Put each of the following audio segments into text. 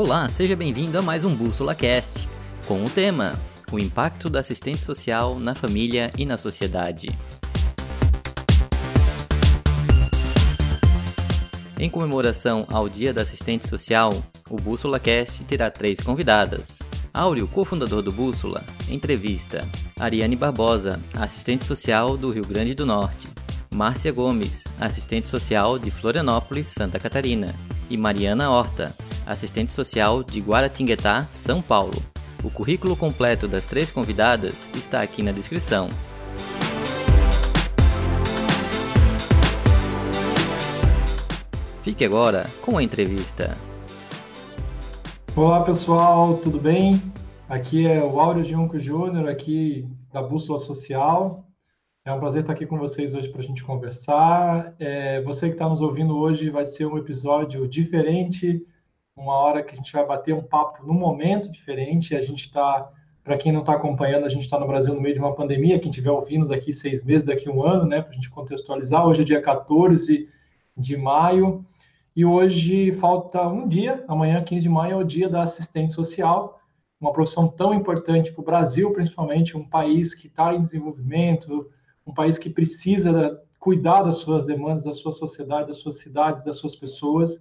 Olá, seja bem-vindo a mais um Bússola Cast, com o tema O impacto da assistente social na família e na sociedade. Em comemoração ao Dia da Assistente Social, o Bússola Cast terá 3 convidadas. Áureo, cofundador do Bússola, entrevista Ariane Barbosa, assistente social do Rio Grande do Norte, Márcia Gomes, assistente social de Florianópolis, Santa Catarina, e Mariana Horta, assistente social de Guaratinguetá, São Paulo. O currículo completo das 3 convidadas está aqui na descrição. Fique agora com a entrevista. Olá pessoal, tudo bem? Aqui é o Áureo Junco Júnior, aqui da Bússola Social. É um prazer estar aqui com vocês hoje para a gente conversar. Você que está nos ouvindo hoje vai ser um episódio diferente, uma hora que a gente vai bater um papo num momento diferente. A gente está, para quem não está acompanhando, a gente está no Brasil no meio de uma pandemia. Quem estiver ouvindo daqui 6 meses, daqui 1 ano, né, para a gente contextualizar. Hoje é dia 14 de maio. E hoje falta um dia, amanhã, 15 de maio, é o dia da assistente social, uma profissão tão importante para o Brasil, principalmente, um país que está em desenvolvimento, um país que precisa cuidar das suas demandas, da sua sociedade, das suas cidades, das suas pessoas.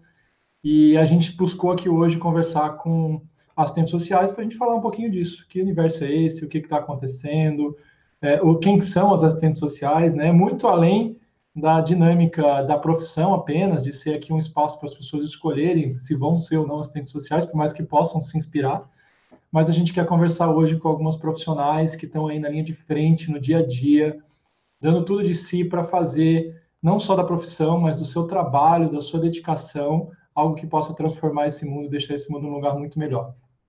E a gente buscou aqui hoje conversar com assistentes sociais para a gente falar um pouquinho disso. Que universo é esse? O que está acontecendo? Quem são as assistentes sociais? Né? Muito além da dinâmica da profissão apenas, de ser aqui um espaço para as pessoas escolherem se vão ser ou não assistentes sociais, por mais que possam se inspirar. Mas a gente quer conversar hoje com algumas profissionais que estão aí na linha de frente, no dia a dia, dando tudo de si para fazer, não só da profissão, mas do seu trabalho, da sua dedicação, algo que possa transformar esse mundo, deixar esse mundo um lugar muito melhor.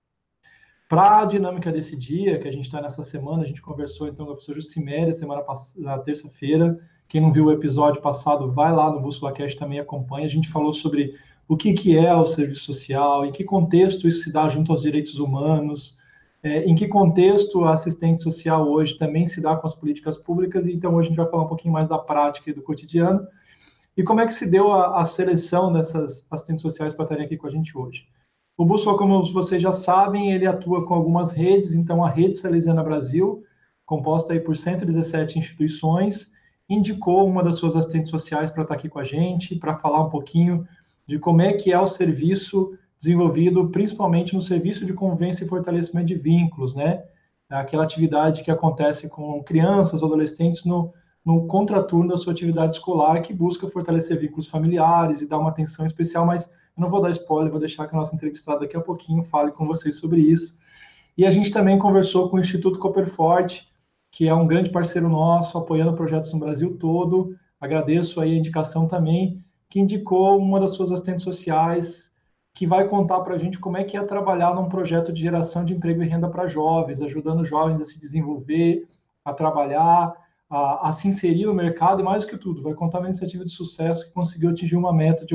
Para a dinâmica desse dia, que a gente está nessa semana, a gente conversou então com a professora Juciméria na terça-feira. Quem não viu o episódio passado, vai lá no Bússola Cast, também acompanha. A gente falou sobre o que é o serviço social, em que contexto isso se dá junto aos direitos humanos, em que contexto a assistente social hoje também se dá com as políticas públicas. Então, hoje a gente vai falar um pouquinho mais da prática e do cotidiano. E como é que se deu a seleção dessas assistentes sociais para estarem aqui com a gente hoje? O Bússola, como vocês já sabem, ele atua com algumas redes. Então, a Rede Salesiana Brasil, composta aí por 117 instituições, indicou uma das suas assistentes sociais para estar aqui com a gente, para falar um pouquinho de como é que é o serviço desenvolvido, principalmente no serviço de convivência e fortalecimento de vínculos, né? Aquela atividade que acontece com crianças ou adolescentes no contraturno da sua atividade escolar, que busca fortalecer vínculos familiares e dar uma atenção especial, mas eu não vou dar spoiler, vou deixar que a nossa entrevistada daqui a pouquinho fale com vocês sobre isso. E a gente também conversou com o Instituto Cooperforte, que é um grande parceiro nosso, apoiando projetos no Brasil todo. Agradeço aí a indicação também, que indicou uma das suas assistentes sociais, que vai contar para a gente como é que é trabalhar num projeto de geração de emprego e renda para jovens, ajudando jovens a se desenvolver, a trabalhar, a se inserir no mercado, e mais do que tudo, vai contar uma iniciativa de sucesso que conseguiu atingir uma meta de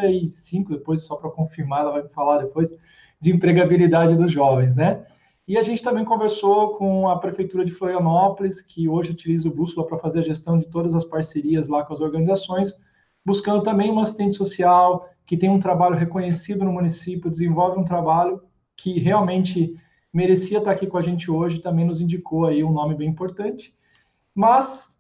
85, depois, só para confirmar, ela vai me falar depois, de empregabilidade dos jovens, né? E a gente também conversou com a Prefeitura de Florianópolis, que hoje utiliza o Bússola para fazer a gestão de todas as parcerias lá com as organizações, buscando também uma assistente social que tem um trabalho reconhecido no município, desenvolve um trabalho que realmente merecia estar aqui com a gente hoje, também nos indicou aí um nome bem importante. Mas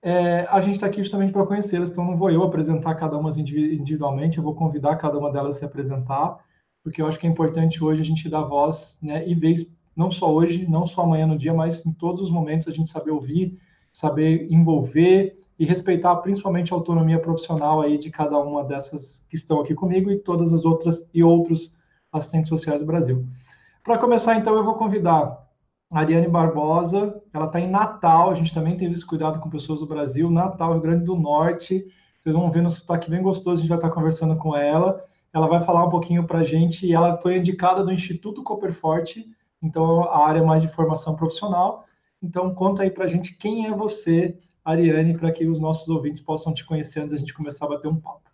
a gente está aqui justamente para conhecê-las, então não vou eu apresentar cada uma individualmente, eu vou convidar cada uma delas a se apresentar, porque eu acho que é importante hoje a gente dar voz, né, e vez, não só hoje, não só amanhã no dia, mas em todos os momentos a gente saber ouvir, saber envolver e respeitar principalmente a autonomia profissional aí de cada uma dessas que estão aqui comigo e todas as outras e outros assistentes sociais do Brasil. Para começar, então, eu vou convidar a Ariane Barbosa. Ela está em Natal, a gente também teve esse cuidado com pessoas do Brasil, Natal, Rio Grande do Norte. Vocês vão ver no sotaque bem gostoso, a gente vai estar conversando com ela. Ela vai falar um pouquinho para a gente, e ela foi indicada do Instituto Cooperforte, então a área mais de formação profissional. Então conta aí para a gente quem é você, Ariane, para que os nossos ouvintes possam te conhecer antes da gente começar a bater um papo.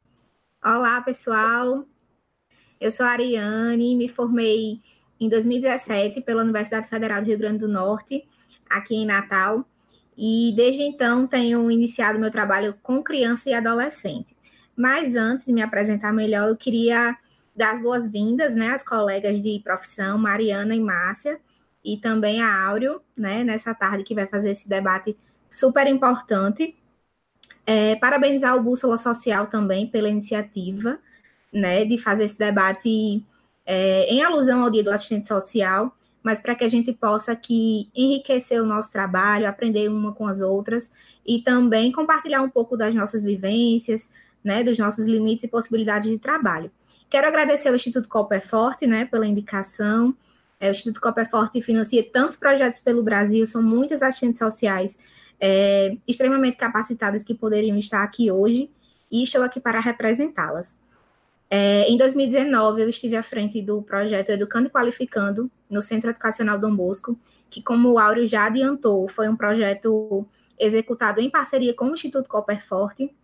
Olá, pessoal. Eu sou a Ariane, me formei em 2017 pela Universidade Federal do Rio Grande do Norte, aqui em Natal, e desde então tenho iniciado meu trabalho com criança e adolescente. Mas antes de me apresentar melhor, eu queria dar as boas-vindas, né, às colegas de profissão, Mariana e Márcia, e também a Áureo, né, nessa tarde que vai fazer esse debate super importante. Parabenizar o Bússola Social também pela iniciativa, né, de fazer esse debate em alusão ao Dia do Assistente Social, mas para que a gente possa aqui enriquecer o nosso trabalho, aprender uma com as outras e também compartilhar um pouco das nossas vivências, né, dos nossos limites e possibilidades de trabalho. Quero agradecer ao Instituto Cooperforte, né, pela indicação. O Instituto Cooperforte financia tantos projetos pelo Brasil, são muitas assistentes sociais extremamente capacitadas que poderiam estar aqui hoje e estou aqui para representá-las. Em 2019, eu estive à frente do projeto Educando e Qualificando, no Centro Educacional Dom Bosco, que, como o Áureo já adiantou, foi um projeto executado em parceria com o Instituto Cooperforte.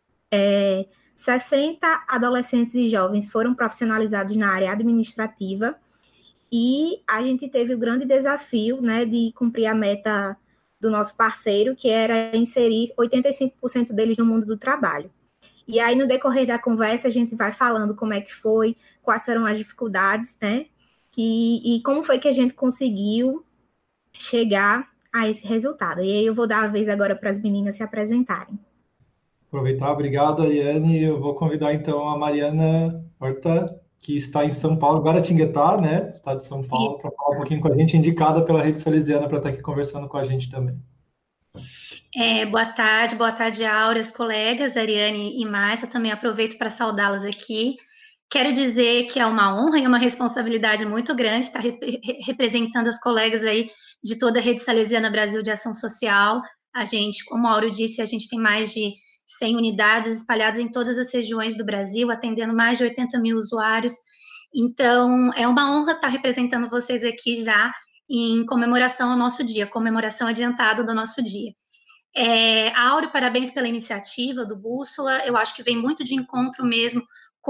60 adolescentes e jovens foram profissionalizados na área administrativa e a gente teve o grande desafio, né, de cumprir a meta do nosso parceiro, que era inserir 85% deles no mundo do trabalho. E aí, no decorrer da conversa, a gente vai falando como é que foi, quais foram as dificuldades, né? E como foi que a gente conseguiu chegar a esse resultado. E aí eu vou dar a vez agora para as meninas se apresentarem. Aproveitar, obrigado, Ariane. Eu vou convidar, então, a Mariana Horta, que está em São Paulo, Guaratinguetá, né? Estado de São Paulo, para falar um pouquinho com a gente, indicada pela Rede Salesiana para estar aqui conversando com a gente também. Boa tarde, Áureas, colegas, Ariane e Márcia. Eu também aproveito para saudá-las aqui. Quero dizer que é uma honra e uma responsabilidade muito grande estar representando as colegas aí de toda a Rede Salesiana Brasil de Ação Social. A gente, como o Áureo disse, a gente tem mais de 100 unidades espalhadas em todas as regiões do Brasil, atendendo mais de 80 mil usuários. Então, é uma honra estar representando vocês aqui já em comemoração ao nosso dia, comemoração adiantada do nosso dia. Áureo, parabéns pela iniciativa do Bússola. Eu acho que vem muito de encontro mesmo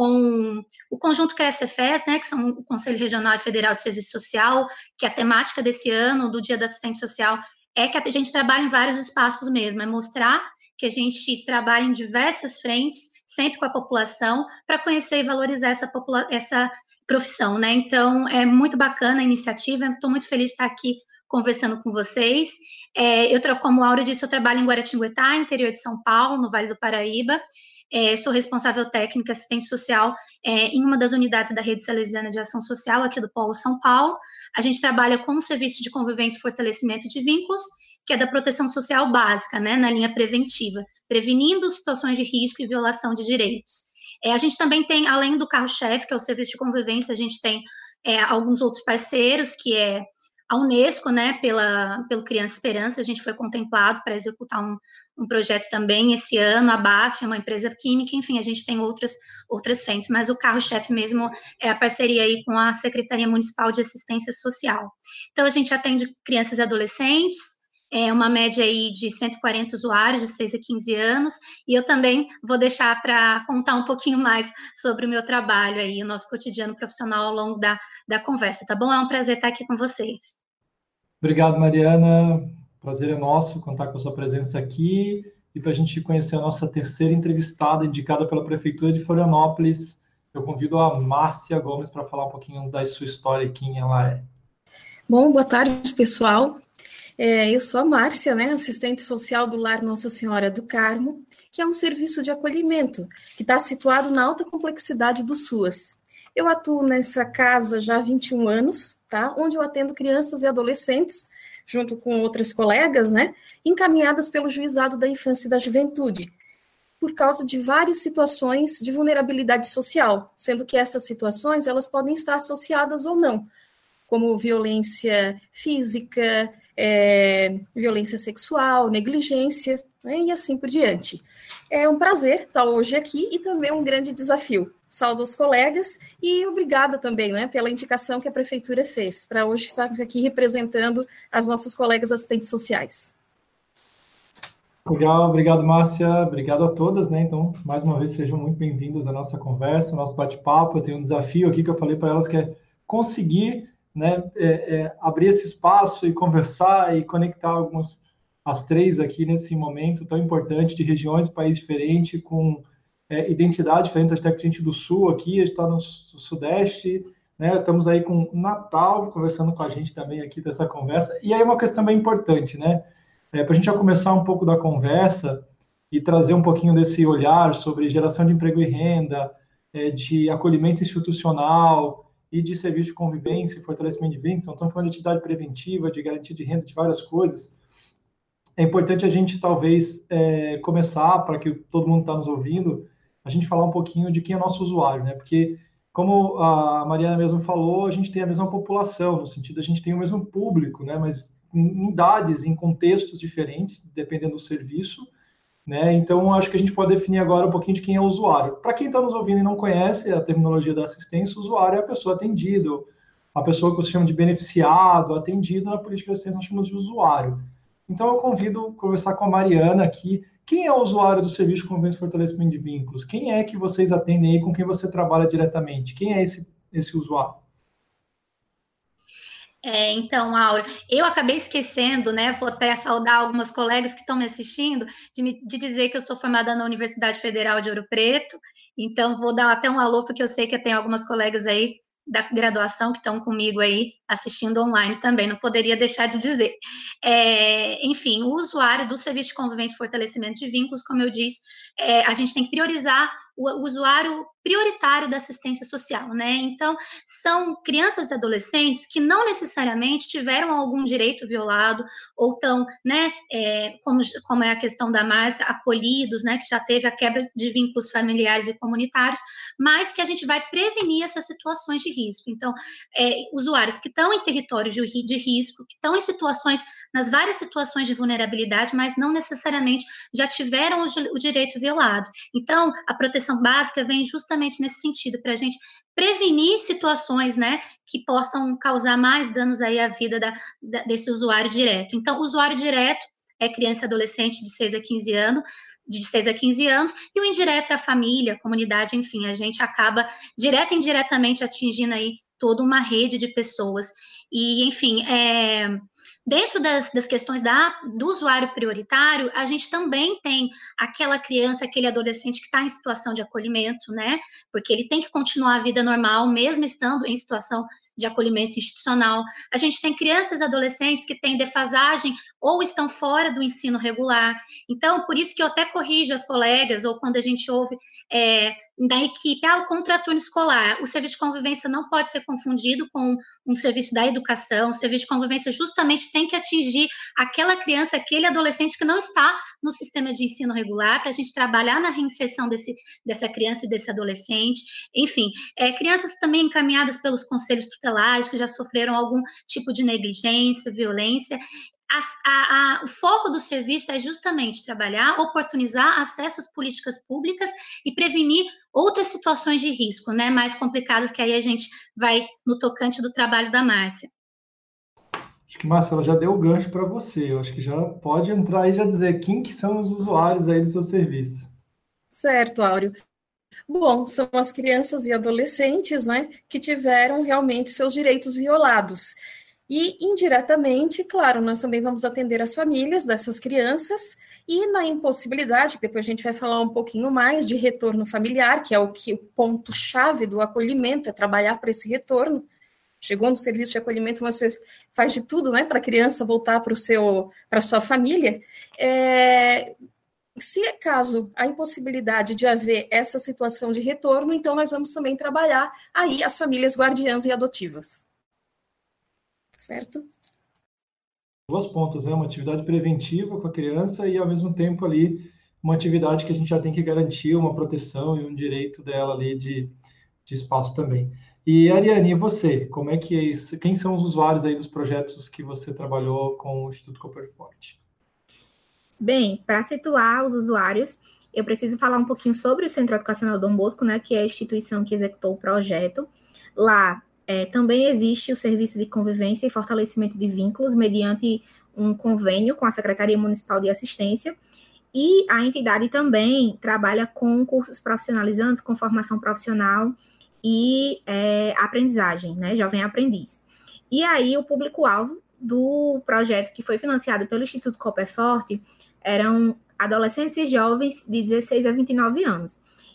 com o conjunto CRECEFES, né, que são o Conselho Regional e Federal de Serviço Social, que a temática desse ano, do Dia do Assistente Social, é que a gente trabalha em vários espaços mesmo, é mostrar que a gente trabalha em diversas frentes, sempre com a população, para conhecer e valorizar essa profissão, né? Então, é muito bacana a iniciativa, estou muito feliz de estar aqui conversando com vocês. Como o Áureo disse, eu trabalho em Guaratinguetá, interior de São Paulo, no Vale do Paraíba. Sou responsável técnica, assistente social em uma das unidades da Rede Salesiana de Ação Social, aqui do Polo São Paulo. A gente trabalha com o Serviço de Convivência e Fortalecimento de Vínculos, que é da proteção social básica, né, na linha preventiva, prevenindo situações de risco e violação de direitos. A gente também tem, além do carro-chefe, que é o Serviço de Convivência, a gente tem alguns outros parceiros, que é a Unesco, né, pelo Criança Esperança, a gente foi contemplado para executar um projeto também esse ano, a BASF, uma empresa química, enfim, a gente tem outras frentes, mas o carro-chefe mesmo é a parceria aí com a Secretaria Municipal de Assistência Social. Então, a gente atende crianças e adolescentes, uma média aí de 140 usuários, de 6 a 15 anos, e eu também vou deixar para contar um pouquinho mais sobre o meu trabalho aí, o nosso cotidiano profissional ao longo da conversa, tá bom? É um prazer estar aqui com vocês. Obrigado, Mariana. Prazer é nosso contar com a sua presença aqui e para a gente conhecer a nossa terceira entrevistada, indicada pela Prefeitura de Florianópolis. Eu convido a Márcia Gomes para falar um pouquinho da sua história e quem ela é. Bom, boa tarde, pessoal. Eu sou a Márcia, né, assistente social do Lar Nossa Senhora do Carmo, que é um serviço de acolhimento que está situado na alta complexidade do SUAS. Eu atuo nessa casa já há 21 anos, tá, onde eu atendo crianças e adolescentes, junto com outras colegas, né, encaminhadas pelo Juizado da Infância e da Juventude, por causa de várias situações de vulnerabilidade social, sendo que essas situações elas podem estar associadas ou não, como violência física, violência sexual, negligência, né, e assim por diante. É um prazer estar hoje aqui e também um grande desafio. Saúdo os colegas e obrigada também, né, pela indicação que a Prefeitura fez, para hoje estar aqui representando as nossas colegas assistentes sociais. Legal, obrigado, Márcia, obrigado a todas, né, então, mais uma vez, sejam muito bem-vindas à nossa conversa, ao nosso bate-papo. Eu tenho um desafio aqui que eu falei para elas, que é conseguir, né, abrir esse espaço e conversar e conectar as três aqui nesse momento tão importante de regiões, país diferente, com identidades diferentes, até que a gente do Sul aqui, a gente está no Sudeste, né? Estamos aí com Natal, conversando com a gente também aqui dessa conversa. E aí uma questão bem importante, né? Para a gente já começar um pouco da conversa e trazer um pouquinho desse olhar sobre geração de emprego e renda, de acolhimento institucional e de serviço de convivência e fortalecimento de vínculos. Então, estamos falando de atividade preventiva, de garantia de renda, de várias coisas. É importante a gente, talvez, começar, para que todo mundo está nos ouvindo, a gente falar um pouquinho de quem é nosso usuário, né? Porque, como a Mariana mesmo falou, a gente tem a mesma população, no sentido a gente tem o mesmo público, né? Mas em idades, em contextos diferentes, dependendo do serviço, né? Então, acho que a gente pode definir agora um pouquinho de quem é o usuário. Para quem está nos ouvindo e não conhece a terminologia da assistência, o usuário é a pessoa atendida, a pessoa que você chama de beneficiado, atendido na política de assistência, nós chamamos de usuário. Então, eu convido a conversar com a Mariana aqui. Quem é o usuário do Serviço de Convivência e Fortalecimento de Vínculos? Quem é que vocês atendem aí, com quem você trabalha diretamente? Quem é esse usuário? Então, Aura, eu acabei esquecendo, né? Vou até saudar algumas colegas que estão me assistindo, de dizer que eu sou formada na Universidade Federal de Ouro Preto, então vou dar até um alô, porque eu sei que tem algumas colegas aí da graduação que estão comigo aí assistindo online também, não poderia deixar de dizer. Enfim, o usuário do Serviço de Convivência e Fortalecimento de Vínculos, como eu disse, a gente tem que priorizar o usuário prioritário da assistência social, né? Então, são crianças e adolescentes que não necessariamente tiveram algum direito violado ou estão, né, como é a questão da Márcia, acolhidos, né, que já teve a quebra de vínculos familiares e comunitários, mas que a gente vai prevenir essas situações de risco. Então, usuários que estão em território de risco, que estão em situações, nas várias situações de vulnerabilidade, mas não necessariamente já tiveram o direito violado. Então, a proteção básica vem justamente nesse sentido, para a gente prevenir situações, né, que possam causar mais danos aí à vida desse usuário direto. Então, o usuário direto é criança e adolescente de 6 a 15 anos, e o indireto é a família, a comunidade, enfim, a gente acaba direta e indiretamente atingindo aí toda uma rede de pessoas. E, enfim, dentro das questões do usuário prioritário, a gente também tem aquela criança, aquele adolescente que está em situação de acolhimento, né? Porque ele tem que continuar a vida normal, mesmo estando em situação de acolhimento institucional. A gente tem crianças e adolescentes que têm defasagem ou estão fora do ensino regular. Então, por isso que eu até corrijo as colegas, ou quando a gente ouve da equipe, o contraturno escolar, o serviço de convivência não pode ser confundido com um serviço da educação. O serviço de convivência justamente tem que atingir aquela criança, aquele adolescente que não está no sistema de ensino regular, para a gente trabalhar na reinserção dessa criança e desse adolescente. Enfim, crianças também encaminhadas pelos conselhos tutelares, que já sofreram algum tipo de negligência, violência. O foco do serviço é justamente trabalhar, oportunizar acesso às políticas públicas e prevenir outras situações de risco, né, mais complicadas, que aí a gente vai no tocante do trabalho da Márcia. Acho que, Márcia, ela já deu o gancho para você. Eu acho que já pode entrar aí e já dizer quem que são os usuários aí do seu serviço. Certo, Áureo. Bom, são as crianças e adolescentes, né, que tiveram realmente seus direitos violados. E, indiretamente, claro, nós também vamos atender as famílias dessas crianças e na impossibilidade, que depois a gente vai falar um pouquinho mais, de retorno familiar, que é o ponto-chave do acolhimento, é trabalhar para esse retorno. Chegou no serviço de acolhimento, você faz de tudo, né, para a criança voltar para a sua família. Se é caso a impossibilidade de haver essa situação de retorno, então nós vamos também trabalhar aí as famílias guardiãs e adotivas. Certo? Duas pontas, né? Uma atividade preventiva com a criança e, ao mesmo tempo, ali, uma atividade que a gente já tem que garantir uma proteção e um direito dela ali de espaço também. E, Ariane, e você? Como é que é isso? Quem são os usuários aí dos projetos que você trabalhou com o Instituto Copperforte? Bem, para situar os usuários, eu preciso falar um pouquinho sobre o Centro Educacional Dom Bosco, né, que é a instituição que executou o projeto. Lá, também existe o Serviço de Convivência e Fortalecimento de Vínculos, mediante um convênio com a Secretaria Municipal de Assistência, e a entidade também trabalha com cursos profissionalizantes, com formação profissional e aprendizagem, né, jovem aprendiz. E aí, o público-alvo do projeto, que foi financiado pelo Instituto Copperforte, eram adolescentes e jovens de 16 a 29 anos.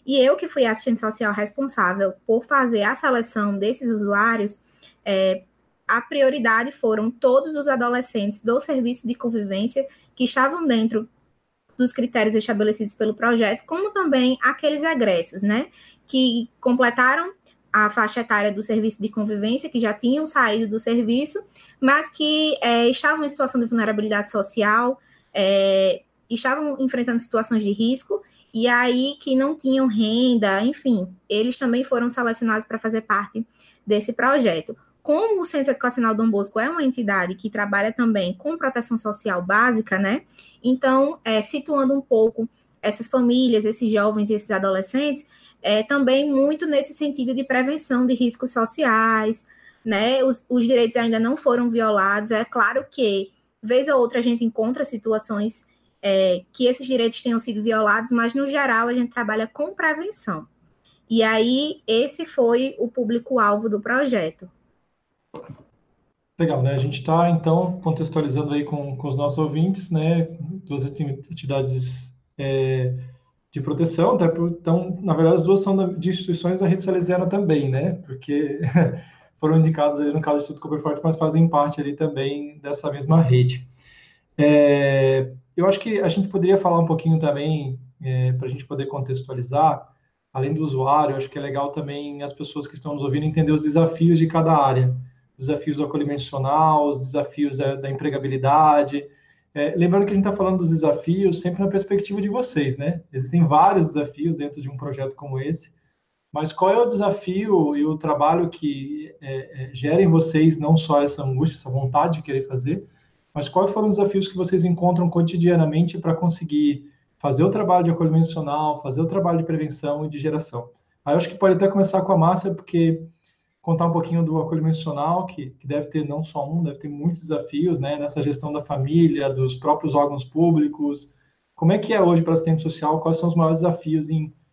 E eu, que fui assistente social responsável por fazer a seleção desses usuários, a prioridade foram todos os adolescentes do serviço de convivência que estavam dentro dos critérios estabelecidos pelo projeto, como também aqueles egressos, né, que completaram a faixa etária do serviço de convivência, que já tinham saído do serviço, mas que estavam em situação de vulnerabilidade social, estavam enfrentando situações de risco, e aí que não tinham renda, enfim, eles também foram selecionados para fazer parte desse projeto. Como o Centro Educacional Dom Bosco é uma entidade que trabalha também com proteção social básica, né? Então, situando um pouco essas famílias, esses jovens e esses adolescentes, também muito nesse sentido de prevenção de riscos sociais, né? Os direitos ainda não foram violados. É claro que, vez ou outra, a gente encontra situações que esses direitos tenham sido violados, mas, no geral, a gente trabalha com prevenção. E aí, esse foi o público-alvo do projeto. Legal, né? A gente está, então, contextualizando aí com os nossos ouvintes, né? Duas entidades de proteção, então, na verdade, as duas são de instituições da Rede Salesiana também, né? Porque foram indicadas ali no caso do Instituto Cooperforte, mas fazem parte ali também dessa mesma rede. Eu acho que a gente poderia falar um pouquinho também, para a gente poder contextualizar, além do usuário, acho que é legal também as pessoas que estão nos ouvindo entender os desafios de cada área. Os desafios do acolhimento institucional, os desafios da empregabilidade. Lembrando que a gente está falando dos desafios sempre na perspectiva de vocês, né? Existem vários desafios dentro de um projeto como esse, mas qual é o desafio e o trabalho que gera em vocês não só essa angústia, essa vontade de querer fazer, mas quais foram os desafios que vocês encontram cotidianamente para conseguir fazer o trabalho de acolhimento institucional, fazer o trabalho de prevenção e de geração? Aí eu acho que pode até começar com a Márcia, porque contar um pouquinho do acolhimento institucional, que deve ter não só deve ter muitos desafios, né, nessa gestão da família, dos próprios órgãos públicos. Como é que é hoje para assistente social? Quais são os maiores desafios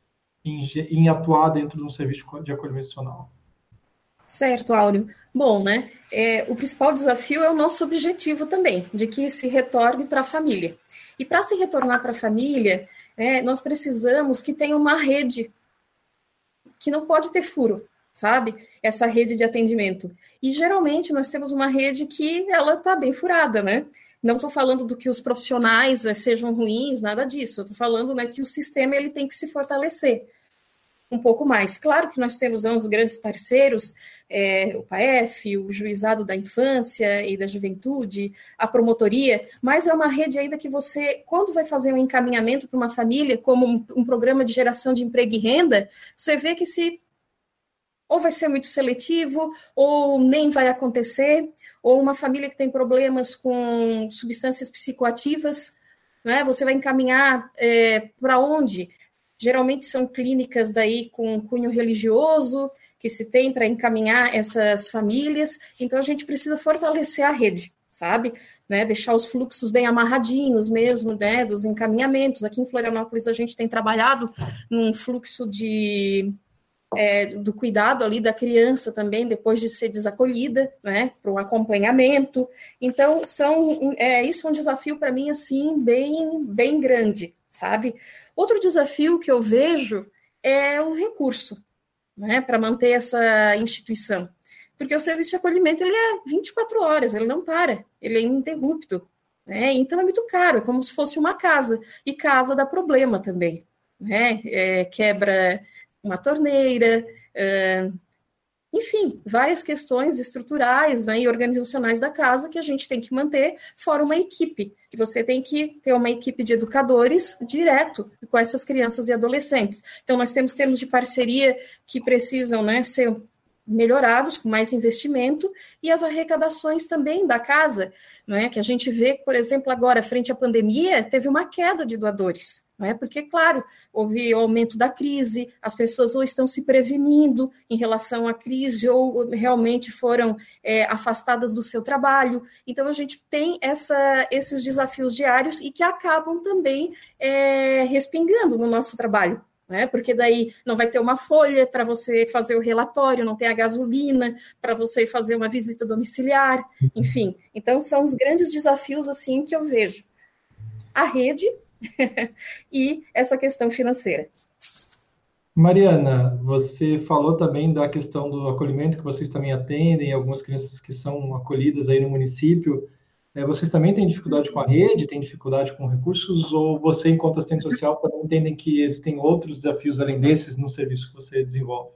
em atuar dentro de um serviço de acolhimento institucional? Certo, Áureo. Bom, né, o principal desafio é o nosso objetivo também, de que se retorne para a família. E para se retornar para a família, nós precisamos que tenha uma rede que não pode ter furo, sabe? Essa rede de atendimento. E, geralmente, nós temos uma rede que ela está bem furada, né? Não estou falando do que os profissionais sejam ruins, nada disso. Eu estou falando, né, que o sistema ele tem que se fortalecer um pouco mais. Claro que nós temos uns grandes parceiros, o PAEF, o Juizado da Infância e da Juventude, a promotoria, mas é uma rede ainda que você, quando vai fazer um encaminhamento para uma família, como um programa de geração de emprego e renda, você vê que ou vai ser muito seletivo, ou nem vai acontecer, ou uma família que tem problemas com substâncias psicoativas, né? Você vai encaminhar para onde? Geralmente são clínicas daí com cunho religioso, que se tem para encaminhar essas famílias, então a gente precisa fortalecer a rede, sabe? Né? Deixar os fluxos bem amarradinhos mesmo, né? Dos encaminhamentos. Aqui em Florianópolis a gente tem trabalhado num fluxo do cuidado ali da criança também, depois de ser desacolhida, né, para o acompanhamento. Então, isso é um desafio para mim, assim, bem, bem grande, sabe? Outro desafio que eu vejo é o recurso, né, para manter essa instituição. Porque o serviço de acolhimento, ele é 24 horas, ele não para, ele é ininterrupto, né? Então é muito caro, é como se fosse uma casa, e casa dá problema também, né? Quebra uma torneira, enfim, várias questões estruturais, né, e organizacionais da casa que a gente tem que manter, fora uma equipe, que você tem que ter uma equipe de educadores direto com essas crianças e adolescentes. Então, nós temos termos de parceria que precisam, né, ser melhorados, com mais investimento, e as arrecadações também da casa, né, que a gente vê, por exemplo, agora, frente à pandemia, teve uma queda de doadores, né, porque, claro, houve o aumento da crise, as pessoas ou estão se prevenindo em relação à crise, ou realmente foram afastadas do seu trabalho. Então, a gente tem esses desafios diários e que acabam também respingando no nosso trabalho. Né? Porque daí não vai ter uma folha para você fazer o relatório, não tem a gasolina para você fazer uma visita domiciliar, enfim. Então, são os grandes desafios assim que eu vejo. A rede e essa questão financeira. Mariana, você falou também da questão do acolhimento que vocês também atendem, algumas crianças que são acolhidas aí no município. Vocês também têm dificuldade com a rede, têm dificuldade com recursos, ou você, enquanto assistente social, também entendem que existem outros desafios além desses no serviço que você desenvolve?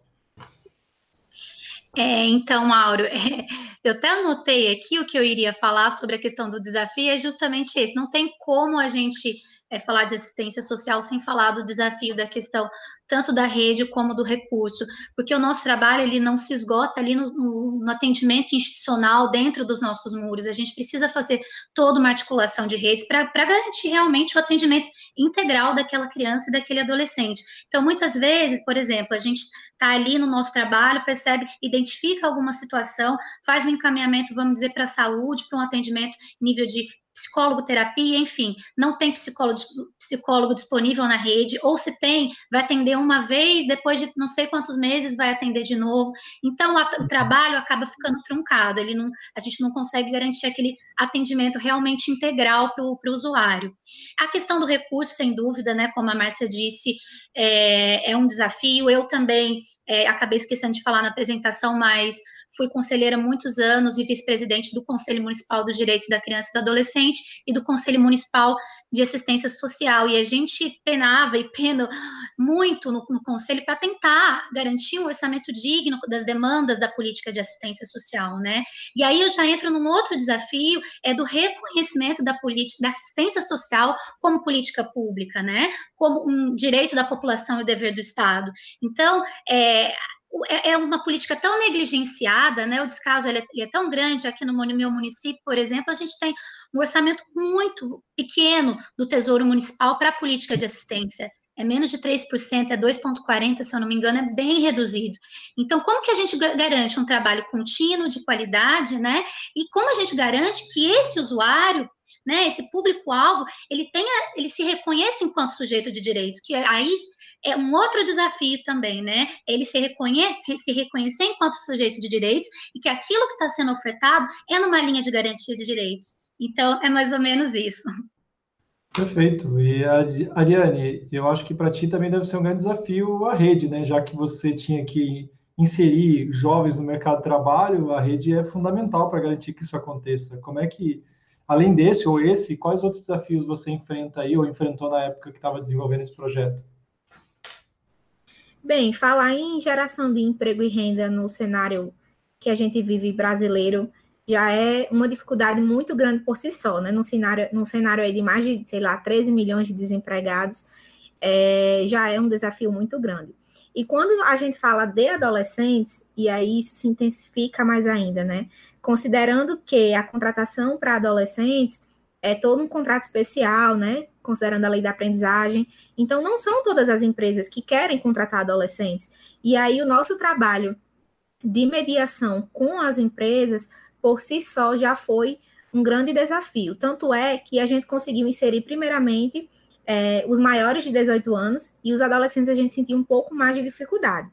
Então, Mauro, eu até anotei aqui o que eu iria falar sobre a questão do desafio, é justamente esse. Não tem como a gente falar de assistência social sem falar do desafio da questão tanto da rede como do recurso, porque o nosso trabalho ele não se esgota ali no atendimento institucional dentro dos nossos muros. A gente precisa fazer toda uma articulação de redes para garantir realmente o atendimento integral daquela criança e daquele adolescente. Então, muitas vezes, por exemplo, a gente está ali no nosso trabalho, percebe, identifica alguma situação, faz um encaminhamento, vamos dizer, para a saúde, para um atendimento nível de psicólogo, terapia, enfim, não tem psicólogo disponível na rede, ou se tem, vai atender uma vez, depois de não sei quantos meses vai atender de novo. Então, o trabalho acaba ficando truncado, a gente não consegue garantir aquele atendimento realmente integral para o usuário. A questão do recurso, sem dúvida, né, como a Márcia disse, é um desafio. Eu também acabei esquecendo de falar na apresentação, mas fui conselheira há muitos anos e vice-presidente do Conselho Municipal dos Direitos da Criança e do Adolescente e do Conselho Municipal de Assistência Social. E a gente penava e pena muito no Conselho para tentar garantir um orçamento digno das demandas da política de assistência social, né? E aí eu já entro num outro desafio, do reconhecimento da assistência social como política pública, né? Como um direito da população e o dever do Estado. Então, é uma política tão negligenciada, né? O descaso ele é tão grande. Aqui no meu município, por exemplo, a gente tem um orçamento muito pequeno do Tesouro Municipal para a política de assistência. É menos de 3%, é 2,40%, se eu não me engano, é bem reduzido. Então, como que a gente garante um trabalho contínuo, de qualidade, né? E como a gente garante que esse usuário, né, esse público-alvo, ele se reconheça enquanto sujeito de direitos, que aí é um outro desafio também, né? Ele se reconhecer enquanto sujeito de direitos e que aquilo que está sendo ofertado é numa linha de garantia de direitos. Então, é mais ou menos isso. Perfeito. E, Ariane, eu acho que para ti também deve ser um grande desafio a rede, né? Já que você tinha que inserir jovens no mercado de trabalho, a rede é fundamental para garantir que isso aconteça. Como é que, além desse ou esse, quais outros desafios você enfrenta aí ou enfrentou na época que estava desenvolvendo esse projeto? Bem, falar em geração de emprego e renda no cenário que a gente vive brasileiro já é uma dificuldade muito grande por si só, né? Num cenário aí de mais de, 13 milhões de desempregados, já é um desafio muito grande. E quando a gente fala de adolescentes, e aí isso se intensifica mais ainda, né? Considerando que a contratação para adolescentes é todo um contrato especial, né? Considerando a lei da aprendizagem. Então, não são todas as empresas que querem contratar adolescentes. E aí, o nosso trabalho de mediação com as empresas, por si só, já foi um grande desafio. Tanto é que a gente conseguiu inserir, primeiramente, os maiores de 18 anos, e os adolescentes a gente sentiu um pouco mais de dificuldade.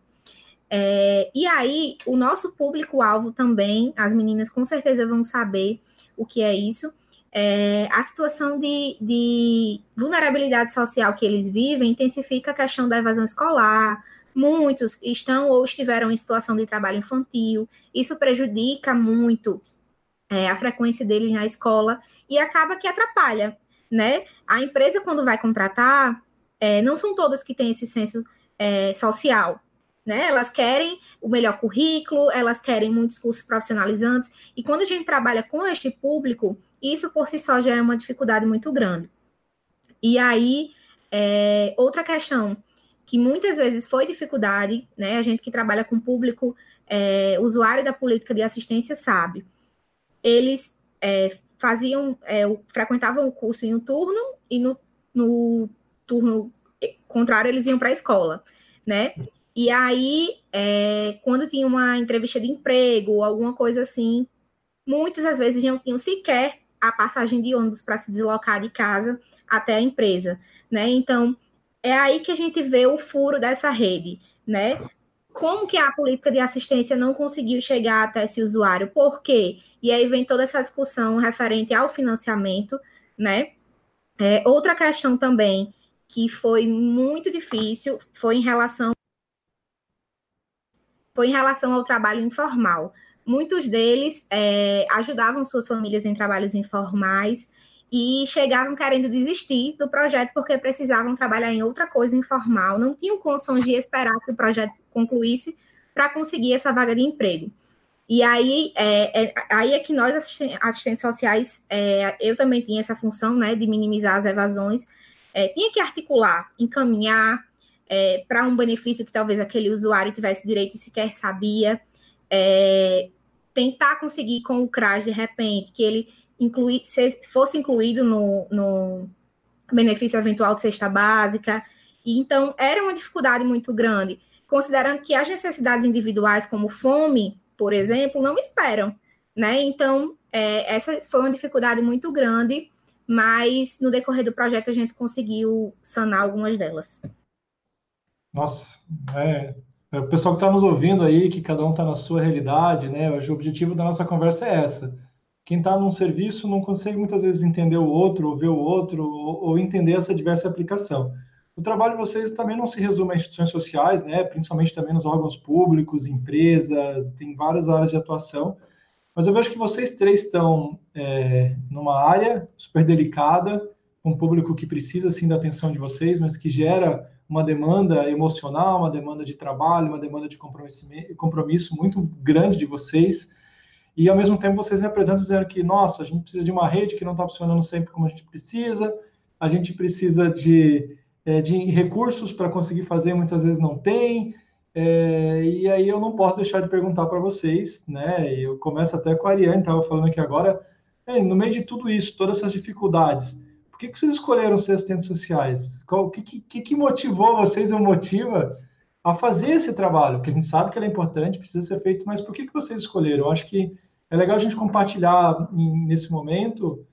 E aí, o nosso público-alvo também, as meninas com certeza vão saber o que é isso, a situação de vulnerabilidade social que eles vivem intensifica a questão da evasão escolar. Muitos estão ou estiveram em situação de trabalho infantil. Isso prejudica muito a frequência deles na escola e acaba que atrapalha, né? A empresa, quando vai contratar, não são todas que têm esse senso social, né? Elas querem o melhor currículo, elas querem muitos cursos profissionalizantes, e quando a gente trabalha com este público, isso por si só já é uma dificuldade muito grande. E aí, outra questão que muitas vezes foi dificuldade, né? A gente que trabalha com público usuário da política de assistência sabe. Eles frequentavam o curso em um turno e no turno contrário eles iam para a escola, né? E aí, quando tinha uma entrevista de emprego ou alguma coisa assim, muitas das vezes não tinham sequer a passagem de ônibus para se deslocar de casa até a empresa, né? Então, é aí que a gente vê o furo dessa rede, né? Como que a política de assistência não conseguiu chegar até esse usuário? Por quê? E aí vem toda essa discussão referente ao financiamento, né? Outra questão também que foi muito difícil foi em relação foi em relação ao trabalho informal. Muitos deles ajudavam suas famílias em trabalhos informais e chegavam querendo desistir do projeto porque precisavam trabalhar em outra coisa informal, não tinham condições de esperar que o projeto concluísse para conseguir essa vaga de emprego. E aí é que nós, assistentes sociais, eu também tinha essa função, né, de minimizar as evasões, tinha que articular, encaminhar para um benefício que talvez aquele usuário tivesse direito e sequer sabia, tentar conseguir com o CRAS, de repente, que ele fosse incluído no benefício eventual de cesta básica. E, então, era uma dificuldade muito grande, considerando que as necessidades individuais, como fome, por exemplo, não esperam, né? Então, essa foi uma dificuldade muito grande, mas no decorrer do projeto a gente conseguiu sanar algumas delas. Nossa, o pessoal que está nos ouvindo aí, que cada um está na sua realidade, né? Hoje o objetivo da nossa conversa é essa. Quem está num serviço não consegue muitas vezes entender o outro, ou ver o outro, ou entender essa diversa aplicação. O trabalho de vocês também não se resume a instituições sociais, né? Principalmente também nos órgãos públicos, empresas, tem várias áreas de atuação. Mas eu vejo que vocês três estão numa área super delicada, um público que precisa, sim, da atenção de vocês, mas que gera uma demanda emocional, uma demanda de trabalho, uma demanda de compromisso muito grande de vocês. E, ao mesmo tempo, vocês me apresentam dizendo que, nossa, a gente precisa de uma rede que não está funcionando sempre como a gente precisa, a gente precisa de recursos para conseguir fazer, muitas vezes não tem, e aí eu não posso deixar de perguntar para vocês, né? Eu começo até com a Ariane, estava falando aqui agora, no meio de tudo isso, todas essas dificuldades, por que vocês escolheram ser assistentes sociais? O que motivou vocês ou motiva a fazer esse trabalho? Porque a gente sabe que ele é importante, precisa ser feito, mas por que vocês escolheram? Eu acho que é legal a gente compartilhar nesse momento,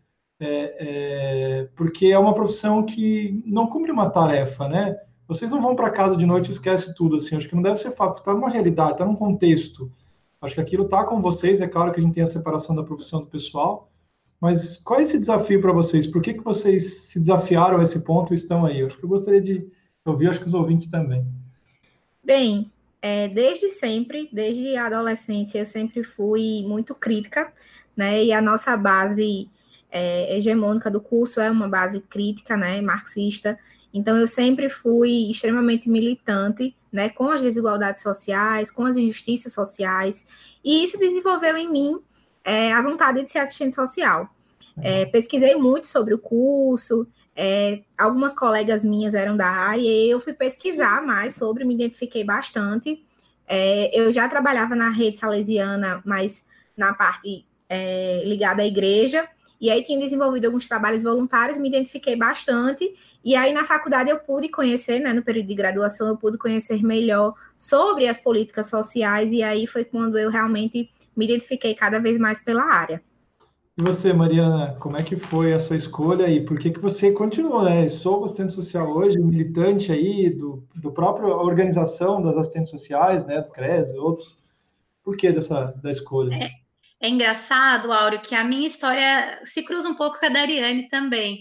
porque é uma profissão que não cumpre uma tarefa, né? Vocês não vão para casa de noite e esquecem tudo, assim. Acho que não deve ser fácil, está numa realidade, está num contexto. Acho que aquilo está com vocês, é claro que a gente tem a separação da profissão do pessoal, mas qual é esse desafio para vocês? Por que vocês se desafiaram a esse ponto e estão aí? Acho que eu gostaria de ouvir, acho que os ouvintes também. Bem, desde sempre, desde a adolescência, eu sempre fui muito crítica, né? E a nossa base hegemônica do curso é uma base crítica, né? Marxista. Então, eu sempre fui extremamente militante, né? Com as desigualdades sociais, com as injustiças sociais. E isso desenvolveu em mim a vontade de ser assistente social. Pesquisei muito sobre o curso, algumas colegas minhas eram da área, e eu fui pesquisar mais sobre, me identifiquei bastante. Eu já trabalhava na rede salesiana, mas na parte ligada à igreja, e aí tinha desenvolvido alguns trabalhos voluntários, me identifiquei bastante, e aí na faculdade eu pude conhecer, né, no período de graduação, eu pude conhecer melhor sobre as políticas sociais, e aí foi quando eu realmente me identifiquei cada vez mais pela área. E você, Mariana, como é que foi essa escolha e por que você continuou, né? Sou assistente social hoje, militante aí do próprio organização das assistentes sociais, né, do CRES e outros. Por que da escolha? É engraçado, Áureo, que a minha história se cruza um pouco com a da Ariane também.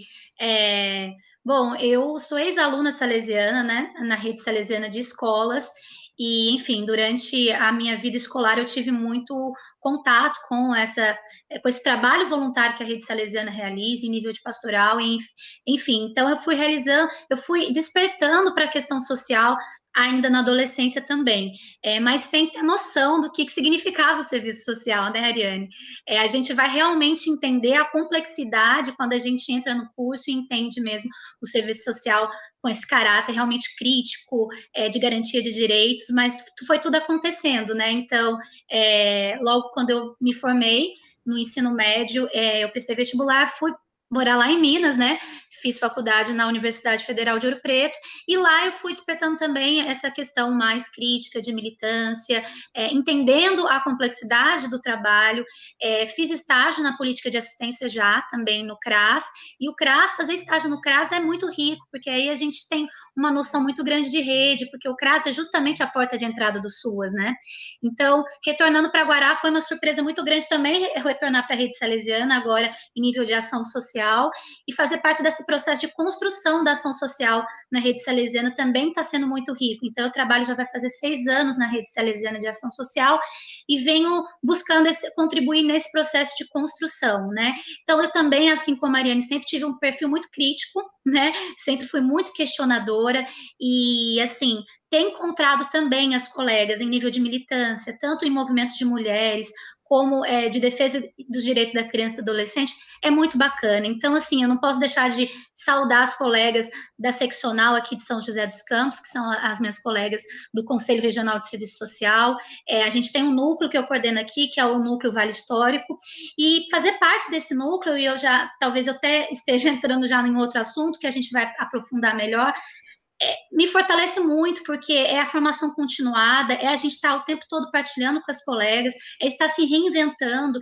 Bom, eu sou ex-aluna salesiana, né, na rede salesiana de escolas, e, enfim, durante a minha vida escolar eu tive muito contato com esse trabalho voluntário que a rede salesiana realiza em nível de pastoral, enfim, então eu fui despertando para a questão social ainda na adolescência também, mas sem ter noção do que significava o serviço social, né, Ariane? A gente vai realmente entender a complexidade quando a gente entra no curso e entende mesmo o serviço social com esse caráter realmente crítico, de garantia de direitos, mas foi tudo acontecendo, né? Então, logo quando eu me formei no ensino médio, eu prestei vestibular, fui morar lá em Minas, né? Fiz faculdade na Universidade Federal de Ouro Preto, e lá eu fui despertando também essa questão mais crítica de militância, entendendo a complexidade do trabalho. Fiz estágio na política de assistência já, também no CRAS, e o CRAS, fazer estágio no CRAS é muito rico, porque aí a gente tem uma noção muito grande de rede, porque o CRAS é justamente a porta de entrada do SUAS, né? Então, retornando para Guará, foi uma surpresa muito grande também retornar para a rede salesiana, agora em nível de ação social, social, e fazer parte desse processo de construção da ação social na Rede Salesiana também está sendo muito rico. Então, eu trabalho, já vai fazer 6 anos na Rede Salesiana de Ação Social, e venho buscando contribuir nesse processo de construção, né? Então, eu também, assim como a Ariane, sempre tive um perfil muito crítico, né? Sempre fui muito questionadora, e, assim, ter encontrado também as colegas em nível de militância, tanto em movimentos de mulheres, como de defesa dos direitos da criança e do adolescente, é muito bacana. Então, assim, eu não posso deixar de saudar as colegas da seccional aqui de São José dos Campos, que são as minhas colegas do Conselho Regional de Serviço Social. A gente tem um núcleo que eu coordeno aqui, que é o Núcleo Vale Histórico, e fazer parte desse núcleo, e talvez eu até esteja entrando já em outro assunto, que a gente vai aprofundar melhor, me fortalece muito, porque é a formação continuada, a gente estar o tempo todo partilhando com as colegas, estar se reinventando,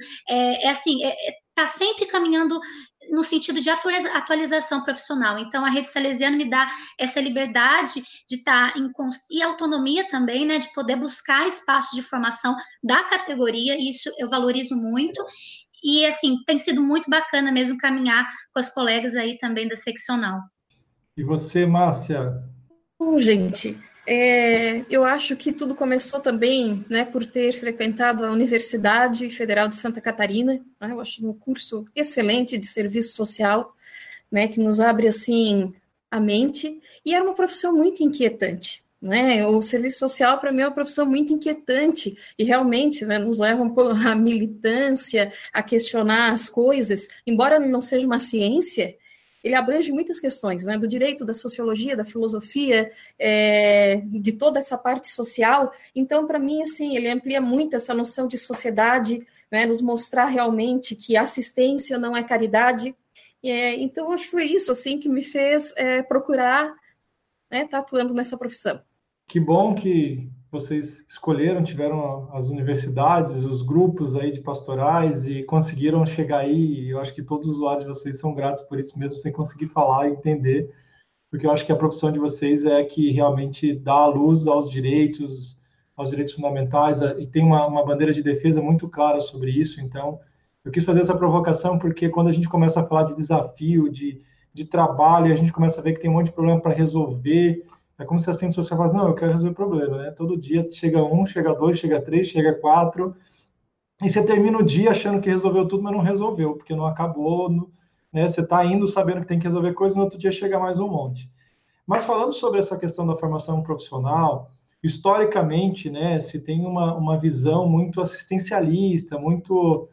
tá sempre caminhando no sentido de atualização profissional. Então, a Rede Salesiana me dá essa liberdade de estar e autonomia também, né, de poder buscar espaços de formação da categoria, e isso eu valorizo muito. E, assim, tem sido muito bacana mesmo caminhar com as colegas aí também da seccional. E você, Márcia? Bom, gente, eu acho que tudo começou também, né, por ter frequentado a Universidade Federal de Santa Catarina, né, eu acho um curso excelente de serviço social, né, que nos abre, assim, a mente, e era uma profissão muito inquietante, né, o serviço social, para mim, é uma profissão muito inquietante, e realmente, né, nos leva um pouco à militância, a questionar as coisas, embora não seja uma ciência, ele abrange muitas questões, né, do direito, da sociologia, da filosofia, de toda essa parte social. Então, para mim, assim, ele amplia muito essa noção de sociedade, né, nos mostrar realmente que assistência não é caridade. Então, acho que foi isso, assim, que me fez procurar, né, estar atuando nessa profissão. Que bom que vocês escolheram, tiveram as universidades, os grupos aí de pastorais e conseguiram chegar aí. Eu acho que todos os usuários de vocês são gratos por isso mesmo, sem conseguir falar e entender, porque eu acho que a profissão de vocês é que realmente dá a luz aos direitos fundamentais, e tem uma bandeira de defesa muito clara sobre isso. Então, eu quis fazer essa provocação porque quando a gente começa a falar de desafio, de trabalho, a gente começa a ver que tem um monte de problema para resolver. É como se a assistente social falasse, não, eu quero resolver problema, né? Todo dia chega 1, chega 2, chega 3, chega 4, e você termina o dia achando que resolveu tudo, mas não resolveu, porque não acabou, né? Você está indo sabendo que tem que resolver coisa, no outro dia chega mais um monte. Mas falando sobre essa questão da formação profissional, historicamente, né, se tem uma visão muito assistencialista, muito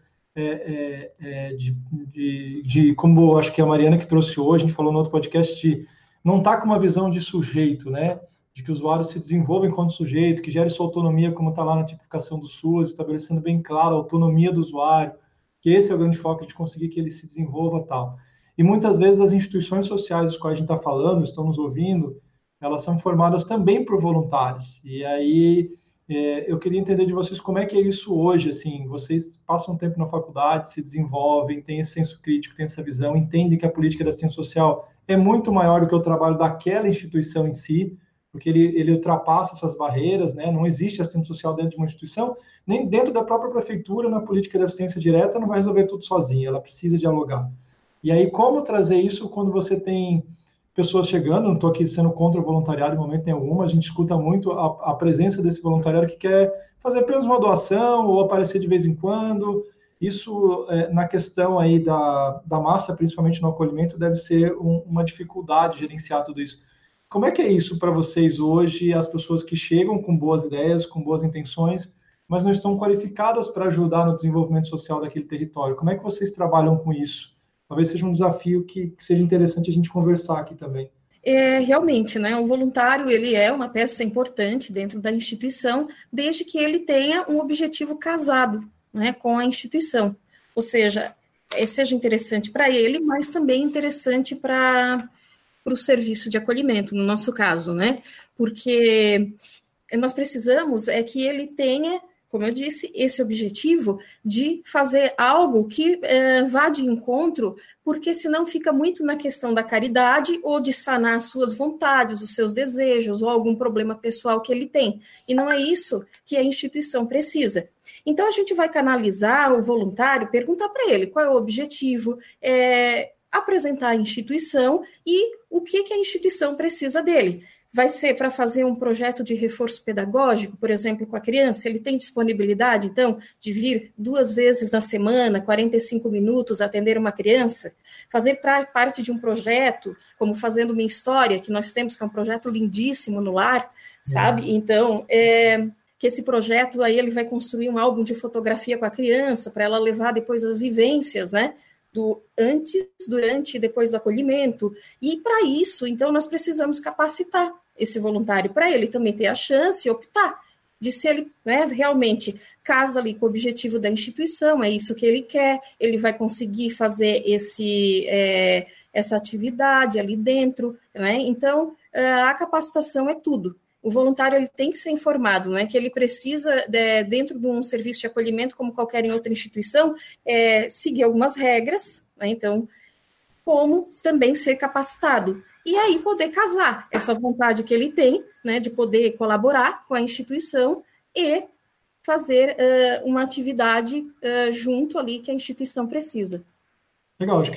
como acho que a Mariana que trouxe hoje, a gente falou no outro podcast, de não está com uma visão de sujeito, né? De que o usuário se desenvolva enquanto sujeito, que gere sua autonomia, como está lá na tipificação do SUS, estabelecendo bem claro a autonomia do usuário, que esse é o grande foco de conseguir que ele se desenvolva e tal. E muitas vezes as instituições sociais das quais a gente está falando, estão nos ouvindo, elas são formadas também por voluntários. E aí eu queria entender de vocês como é que é isso hoje, assim, vocês passam tempo na faculdade, se desenvolvem, têm esse senso crítico, têm essa visão, entendem que a política da assistência social é muito maior do que o trabalho daquela instituição em si, porque ele ultrapassa essas barreiras, né? Não existe assistente social dentro de uma instituição, nem dentro da própria prefeitura, na política de assistência direta, não vai resolver tudo sozinha, ela precisa dialogar. E aí, como trazer isso quando você tem pessoas chegando, não estou aqui sendo contra o voluntariado em momento nenhum, a gente escuta muito a presença desse voluntariado que quer fazer apenas uma doação ou aparecer de vez em quando. Isso, na questão aí da massa, principalmente no acolhimento, deve ser uma dificuldade gerenciar tudo isso. Como é que é isso para vocês hoje, as pessoas que chegam com boas ideias, com boas intenções, mas não estão qualificadas para ajudar no desenvolvimento social daquele território? Como é que vocês trabalham com isso? Talvez seja um desafio que seja interessante a gente conversar aqui também. Realmente, né? O voluntário, ele é uma peça importante dentro da instituição, desde que ele tenha um objetivo casado, né, com a instituição. Ou seja, seja interessante para ele, mas também interessante para o serviço de acolhimento, no nosso caso, né? Porque nós precisamos que ele tenha, como eu disse, esse objetivo de fazer algo que vá de encontro, porque senão fica muito na questão da caridade ou de sanar suas vontades, os seus desejos ou algum problema pessoal que ele tem. E não é isso que a instituição precisa. Então, a gente vai canalizar o voluntário, perguntar para ele qual é o objetivo, apresentar a instituição e o que a instituição precisa dele. Vai ser para fazer um projeto de reforço pedagógico, por exemplo, com a criança, ele tem disponibilidade, então, de vir 2 vezes na semana, 45 minutos, atender uma criança, fazer parte de um projeto, como Fazendo Minha História, que nós temos, que é um projeto lindíssimo no lar, sabe? Então, que esse projeto aí ele vai construir um álbum de fotografia com a criança, para ela levar depois as vivências, né? Do antes, durante e depois do acolhimento. E para isso, então, nós precisamos capacitar esse voluntário, para ele também ter a chance de optar de se ele, né, realmente casa ali com o objetivo da instituição, é isso que ele quer, ele vai conseguir fazer essa atividade ali dentro, né? Então, a capacitação é tudo. O voluntário ele tem que ser informado, né, que ele precisa, dentro de um serviço de acolhimento, como qualquer em outra instituição, seguir algumas regras, né, então, como também ser capacitado. E aí poder casar essa vontade que ele tem, né, de poder colaborar com a instituição e fazer uma atividade junto ali que a instituição precisa. Legal, acho que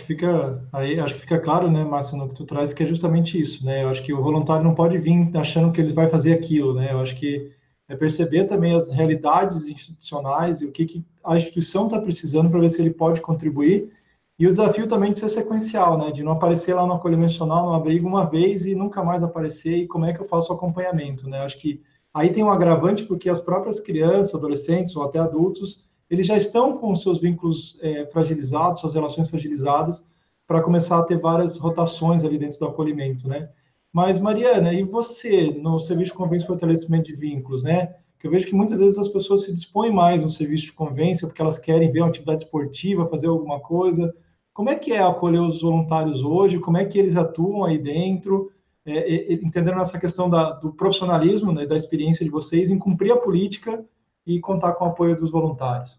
fica claro, né, Márcia, no que tu traz, que é justamente isso, né? Eu acho que o voluntário não pode vir achando que ele vai fazer aquilo, né? Eu acho que é perceber também as realidades institucionais e o que a instituição está precisando para ver se ele pode contribuir. E o desafio também de ser sequencial, né? De não aparecer lá no acolhimento institucional, no abrigo, uma vez e nunca mais aparecer, e como é que eu faço o acompanhamento, né? Acho que aí tem um agravante, porque as próprias crianças, adolescentes ou até adultos, eles já estão com seus vínculos fragilizados, suas relações fragilizadas, para começar a ter várias rotações ali dentro do acolhimento, né? Mas, Mariana, e você, no Serviço de Convivência e Fortalecimento de Vínculos, né? Que eu vejo que muitas vezes as pessoas se dispõem mais no serviço de convivência porque elas querem ver uma atividade esportiva, fazer alguma coisa. Como é que é acolher os voluntários hoje? Como é que eles atuam aí dentro? Entendendo essa questão do profissionalismo, né, da experiência de vocês em cumprir a política e contar com o apoio dos voluntários.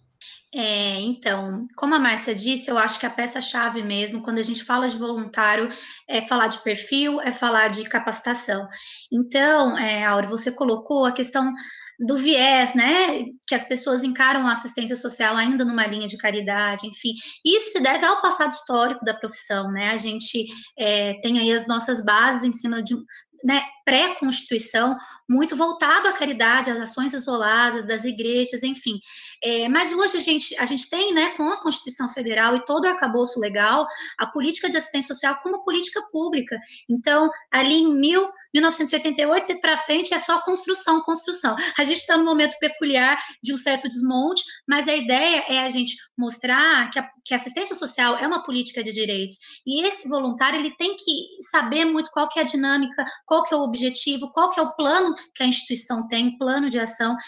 Então, como a Márcia disse, eu acho que a peça-chave mesmo, quando a gente fala de voluntário, é falar de perfil, é falar de capacitação. Então, Áurea, você colocou a questão do viés, né, que as pessoas encaram a assistência social ainda numa linha de caridade, enfim, isso se deve ao passado histórico da profissão, né, a gente tem aí as nossas bases em cima de, né, pré-constituição, muito voltado à caridade, às ações isoladas das igrejas, enfim. Mas hoje a gente tem, né, com a Constituição Federal e todo o arcabouço legal, a política de assistência social como política pública. Então, ali em 1988 e para frente é só construção. A gente está num momento peculiar de um certo desmonte, mas a ideia é a gente mostrar que a assistência social é uma política de direitos. E esse voluntário, ele tem que saber muito qual que é a dinâmica, qual que é o objetivo, qual que é o plano que a instituição tem, o plano de ação.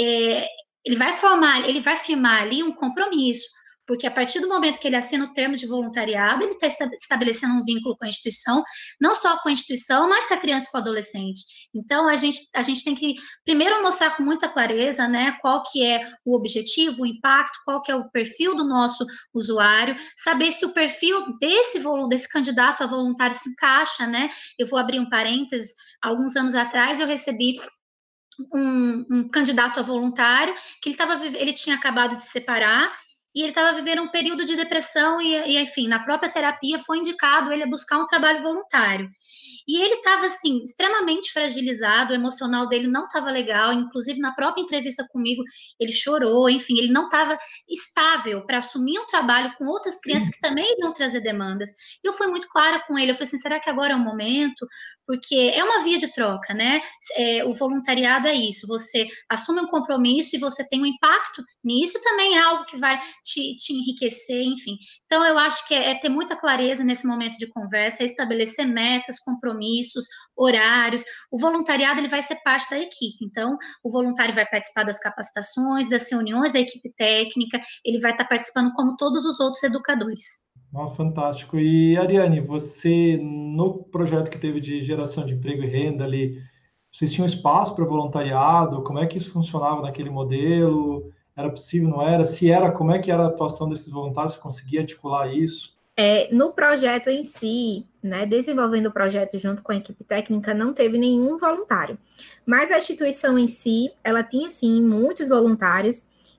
Ele vai firmar ali um compromisso, porque a partir do momento que ele assina o termo de voluntariado, ele está estabelecendo um vínculo com a instituição, não só com a instituição, mas com a criança e com o adolescente. Então, a gente tem que, primeiro, mostrar com muita clareza, né, qual que é o objetivo, o impacto, qual que é o perfil do nosso usuário, saber se o perfil desse candidato a voluntário se encaixa, né? Eu vou abrir um parênteses, alguns anos atrás eu recebi um candidato a voluntário, que ele tinha acabado de se separar, e ele estava vivendo um período de depressão, e enfim, na própria terapia foi indicado ele a buscar um trabalho voluntário. E ele estava, assim, extremamente fragilizado, o emocional dele não estava legal, inclusive na própria entrevista comigo, ele chorou, enfim, ele não estava estável para assumir um trabalho com outras crianças que também iriam trazer demandas. E eu fui muito clara com ele, eu falei assim, será que agora é o momento? Porque é uma via de troca, né? O voluntariado é isso, você assume um compromisso e você tem um impacto nisso, e também é algo que vai te enriquecer, enfim. Então, eu acho que é ter muita clareza nesse momento de conversa, é estabelecer metas, compromissos, horários. O voluntariado, ele vai ser parte da equipe, então, o voluntário vai participar das capacitações, das reuniões da equipe técnica, ele vai estar participando como todos os outros educadores. Fantástico. E, Ariane, você, no projeto que teve de geração de emprego e renda ali, vocês tinham espaço para voluntariado? Como é que isso funcionava naquele modelo? Era possível, não era? Se era, como é que era a atuação desses voluntários? Você conseguia articular isso? No projeto em si, né, desenvolvendo o projeto junto com a equipe técnica, não teve nenhum voluntário. Mas a instituição em si, ela tinha, sim, muitos voluntários,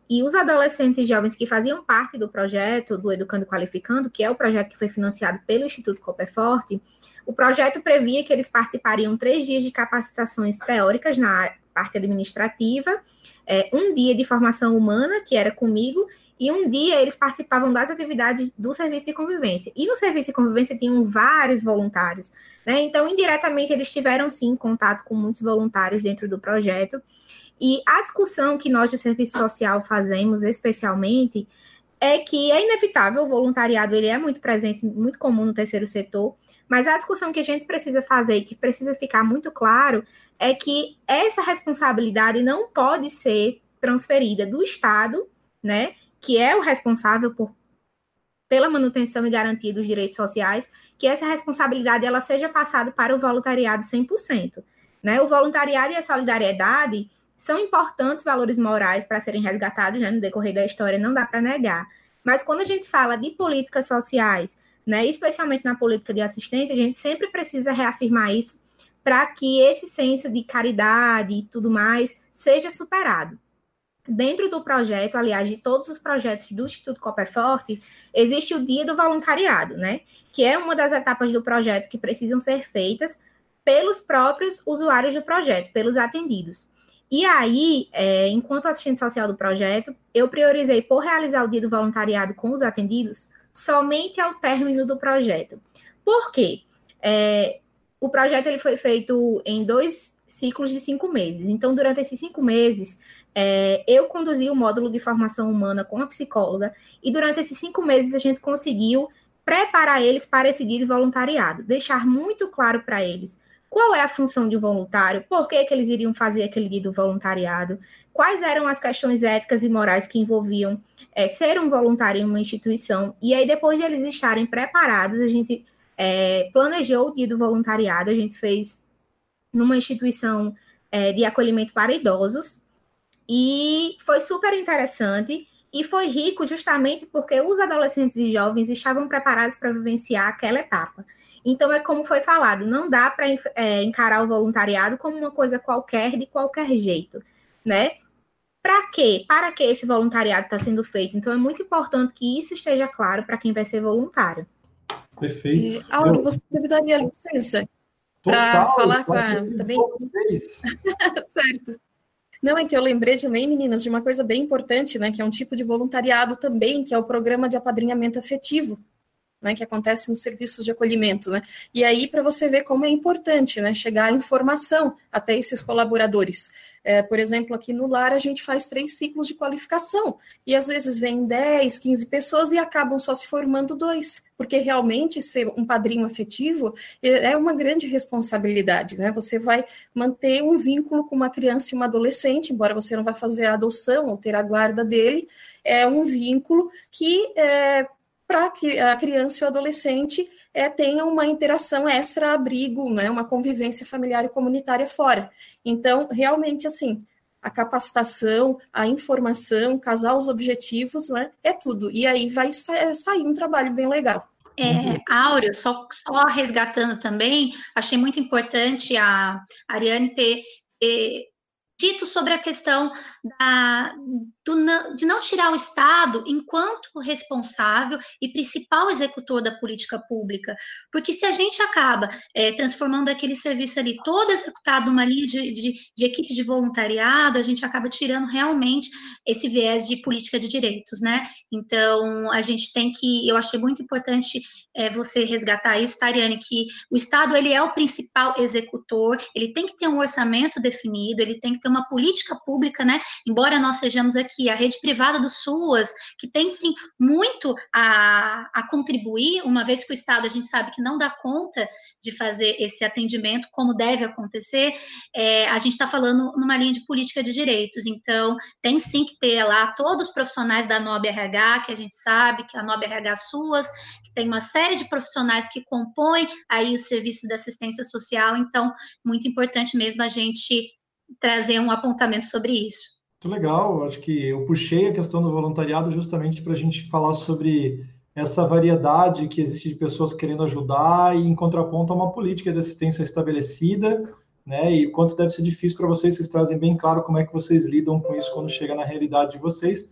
E os adolescentes e jovens que faziam parte do projeto do Educando e Qualificando, que é o projeto que foi financiado pelo Instituto Copperforte, o projeto previa que eles participariam 3 dias de capacitações teóricas na parte administrativa, 1 dia de formação humana, que era comigo, e 1 dia eles participavam das atividades do serviço de convivência. E no serviço de convivência tinham vários voluntários, né? Então, indiretamente, eles tiveram, sim, contato com muitos voluntários dentro do projeto. E a discussão que nós do serviço social fazemos, especialmente, é que é inevitável, o voluntariado ele é muito presente, muito comum no terceiro setor, mas a discussão que a gente precisa fazer e que precisa ficar muito claro é que essa responsabilidade não pode ser transferida do Estado, né, que é o responsável pela manutenção e garantia dos direitos sociais, que essa responsabilidade ela seja passada para o voluntariado 100%. Né? O voluntariado e a solidariedade são importantes valores morais para serem resgatados, né, no decorrer da história, não dá para negar. Mas quando a gente fala de políticas sociais, né, especialmente na política de assistência, a gente sempre precisa reafirmar isso para que esse senso de caridade e tudo mais seja superado. Dentro do projeto, aliás, de todos os projetos do Instituto Copperforte, existe o Dia do Voluntariado, né, que é uma das etapas do projeto que precisam ser feitas pelos próprios usuários do projeto, pelos atendidos. E aí, enquanto assistente social do projeto, eu priorizei por realizar o Dia do Voluntariado com os atendidos somente ao término do projeto. Por quê? O projeto ele foi feito em 2 ciclos de 5 meses. Então, durante esses 5 meses, eu conduzi o módulo de formação humana com a psicóloga e durante esses 5 meses a gente conseguiu preparar eles para esse dia de voluntariado, deixar muito claro para eles qual é a função de um voluntário, por que eles iriam fazer aquele dia do voluntariado, quais eram as questões éticas e morais que envolviam ser um voluntário em uma instituição. E aí, depois de eles estarem preparados, a gente planejou o dia do voluntariado, a gente fez numa instituição de acolhimento para idosos, e foi super interessante, e foi rico justamente porque os adolescentes e jovens estavam preparados para vivenciar aquela etapa. Então, é como foi falado, não dá para encarar o voluntariado como uma coisa qualquer, de qualquer jeito, né? Para quê? Para que esse voluntariado está sendo feito? Então, é muito importante que isso esteja claro para quem vai ser voluntário. Perfeito. Áureo, você me daria licença para falar com a... Também... Certo. Não, é que eu lembrei também, meninas, de uma coisa bem importante, né? Que é um tipo de voluntariado também, que é o programa de apadrinhamento afetivo, né, que acontece nos serviços de acolhimento, né? E aí, para você ver como é importante, né, chegar a informação até esses colaboradores. Por exemplo, aqui no lar, a gente faz 3 ciclos de qualificação, e às vezes vem 10, 15 pessoas e acabam só se formando 2, porque realmente ser um padrinho afetivo é uma grande responsabilidade, né? Você vai manter um vínculo com uma criança e uma adolescente, embora você não vá fazer a adoção ou ter a guarda dele, é um vínculo que para que a criança e o adolescente tenham uma interação extra-abrigo, né, uma convivência familiar e comunitária fora. Então, realmente, assim, a capacitação, a informação, casar os objetivos, né, é tudo. E aí vai sair um trabalho bem legal. Áureo, só resgatando também, achei muito importante a Ariane ter dito sobre a questão de não tirar o Estado enquanto responsável e principal executor da política pública, porque se a gente acaba transformando aquele serviço ali todo executado numa linha de equipe de voluntariado, a gente acaba tirando realmente esse viés de política de direitos, né? Então, a gente tem que, eu achei muito importante você resgatar isso, Tariane, que o Estado, ele é o principal executor, ele tem que ter um orçamento definido, ele tem que ter uma política pública, né? Embora nós sejamos aqui a rede privada do SUAS, que tem sim muito a contribuir, uma vez que o Estado a gente sabe que não dá conta de fazer esse atendimento como deve acontecer, a gente está falando numa linha de política de direitos, então tem sim que ter lá todos os profissionais da NOB-RH, que a gente sabe que a NOB-RH SUAS, que tem uma série de profissionais que compõem aí os serviços da assistência social, então muito importante mesmo a gente trazer um apontamento sobre isso. Muito legal, acho que eu puxei a questão do voluntariado justamente para a gente falar sobre essa variedade que existe de pessoas querendo ajudar e em contraponto a uma política de assistência estabelecida, né, e o quanto deve ser difícil para vocês trazem bem claro como é que vocês lidam com isso quando chega na realidade de vocês.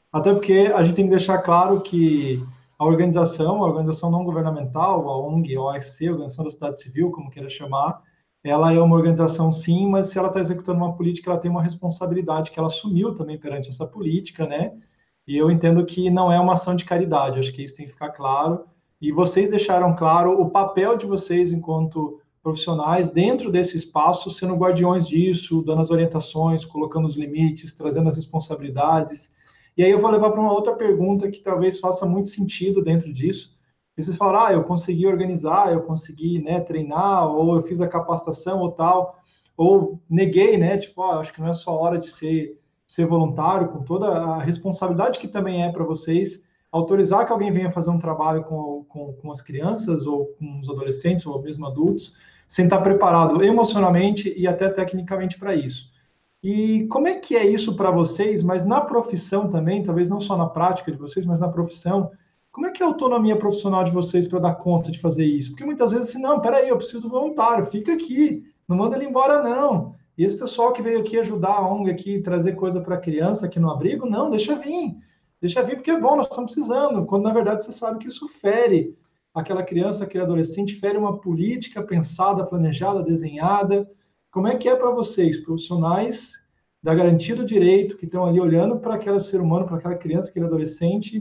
Até porque a gente tem que deixar claro que a organização não governamental, a ONG, a OSC, a Organização da Sociedade Civil, como queira chamar, ela é uma organização sim, mas se ela está executando uma política, ela tem uma responsabilidade que ela assumiu também perante essa política, né? E eu entendo que não é uma ação de caridade, acho que isso tem que ficar claro. E vocês deixaram claro o papel de vocês enquanto profissionais dentro desse espaço, sendo guardiões disso, dando as orientações, colocando os limites, trazendo as responsabilidades. E aí eu vou levar para uma outra pergunta que talvez faça muito sentido dentro disso. Vocês falaram, eu consegui organizar, eu consegui, né, treinar, ou eu fiz a capacitação ou tal, ou neguei, né, tipo, acho que não é só hora de ser voluntário, com toda a responsabilidade que também é para vocês, autorizar que alguém venha fazer um trabalho com as crianças, ou com os adolescentes, ou mesmo adultos, sem estar preparado emocionalmente e até tecnicamente para isso. E como é que é isso para vocês, mas na profissão também, talvez não só na prática de vocês, mas na profissão, como é que é a autonomia profissional de vocês para dar conta de fazer isso? Porque muitas vezes assim, não, peraí, eu preciso voluntário, fica aqui, não manda ele embora não. E esse pessoal que veio aqui ajudar a ONG aqui, trazer coisa para a criança aqui no abrigo, não, deixa vir porque é bom, nós estamos precisando, quando na verdade você sabe que isso fere aquela criança, aquele adolescente, fere uma política pensada, planejada, desenhada. Como é que é para vocês, profissionais da garantia do direito, que estão ali olhando para aquele ser humano, para aquela criança, aquele adolescente,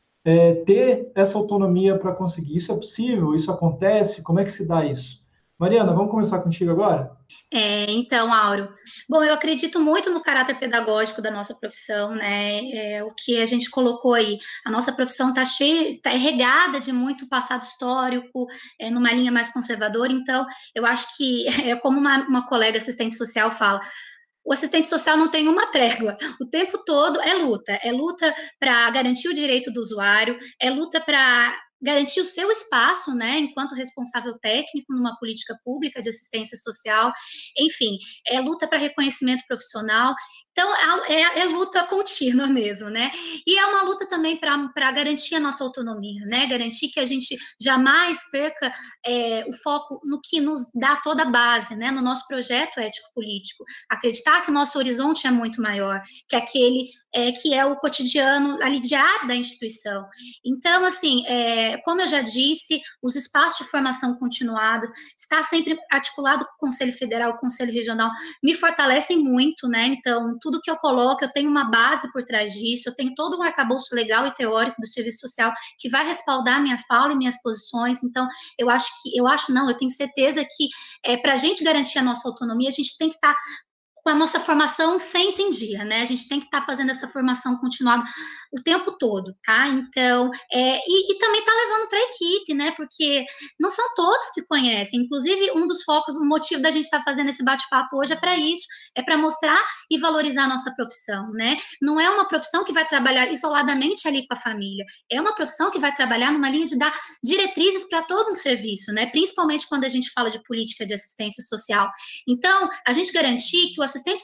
ter essa autonomia para conseguir? Isso é possível? Isso acontece? Como é que se dá isso? Mariana, vamos começar contigo agora? Então, Áureo, bom, eu acredito muito no caráter pedagógico da nossa profissão, né? O que a gente colocou aí, a nossa profissão está cheia, está regada de muito passado histórico, numa linha mais conservadora. Então, eu acho que é como uma colega assistente social fala. O assistente social não tem uma trégua, o tempo todo é luta para garantir o direito do usuário, é luta para garantir o seu espaço, né, enquanto responsável técnico numa política pública de assistência social, enfim, é luta para reconhecimento profissional. Então, é luta contínua mesmo, né? E é uma luta também para garantir a nossa autonomia, né? Garantir que a gente jamais perca o foco no que nos dá toda a base, né? No nosso projeto ético-político. Acreditar que o nosso horizonte é muito maior, que aquele que é o cotidiano ali diário da instituição. Então, assim, como eu já disse, os espaços de formação continuadas, estar sempre articulado com o Conselho Federal, o Conselho Regional, me fortalecem muito, né? Então, tudo que eu coloco, eu tenho uma base por trás disso, eu tenho todo um arcabouço legal e teórico do serviço social que vai respaldar minha fala e minhas posições. Então, eu tenho certeza que para a gente garantir a nossa autonomia, a gente tem que estar com a nossa formação sempre em dia, né? A gente tem que estar fazendo essa formação continuada o tempo todo, tá? Então, e também tá levando para a equipe, né? Porque não são todos que conhecem. Inclusive, um dos focos, o motivo da gente estar fazendo esse bate-papo hoje é para isso, é para mostrar e valorizar a nossa profissão, né? Não é uma profissão que vai trabalhar isoladamente ali com a família, é uma profissão que vai trabalhar numa linha de dar diretrizes para todo um serviço, né? Principalmente quando a gente fala de política de assistência social. Então, a gente garantir que o assistente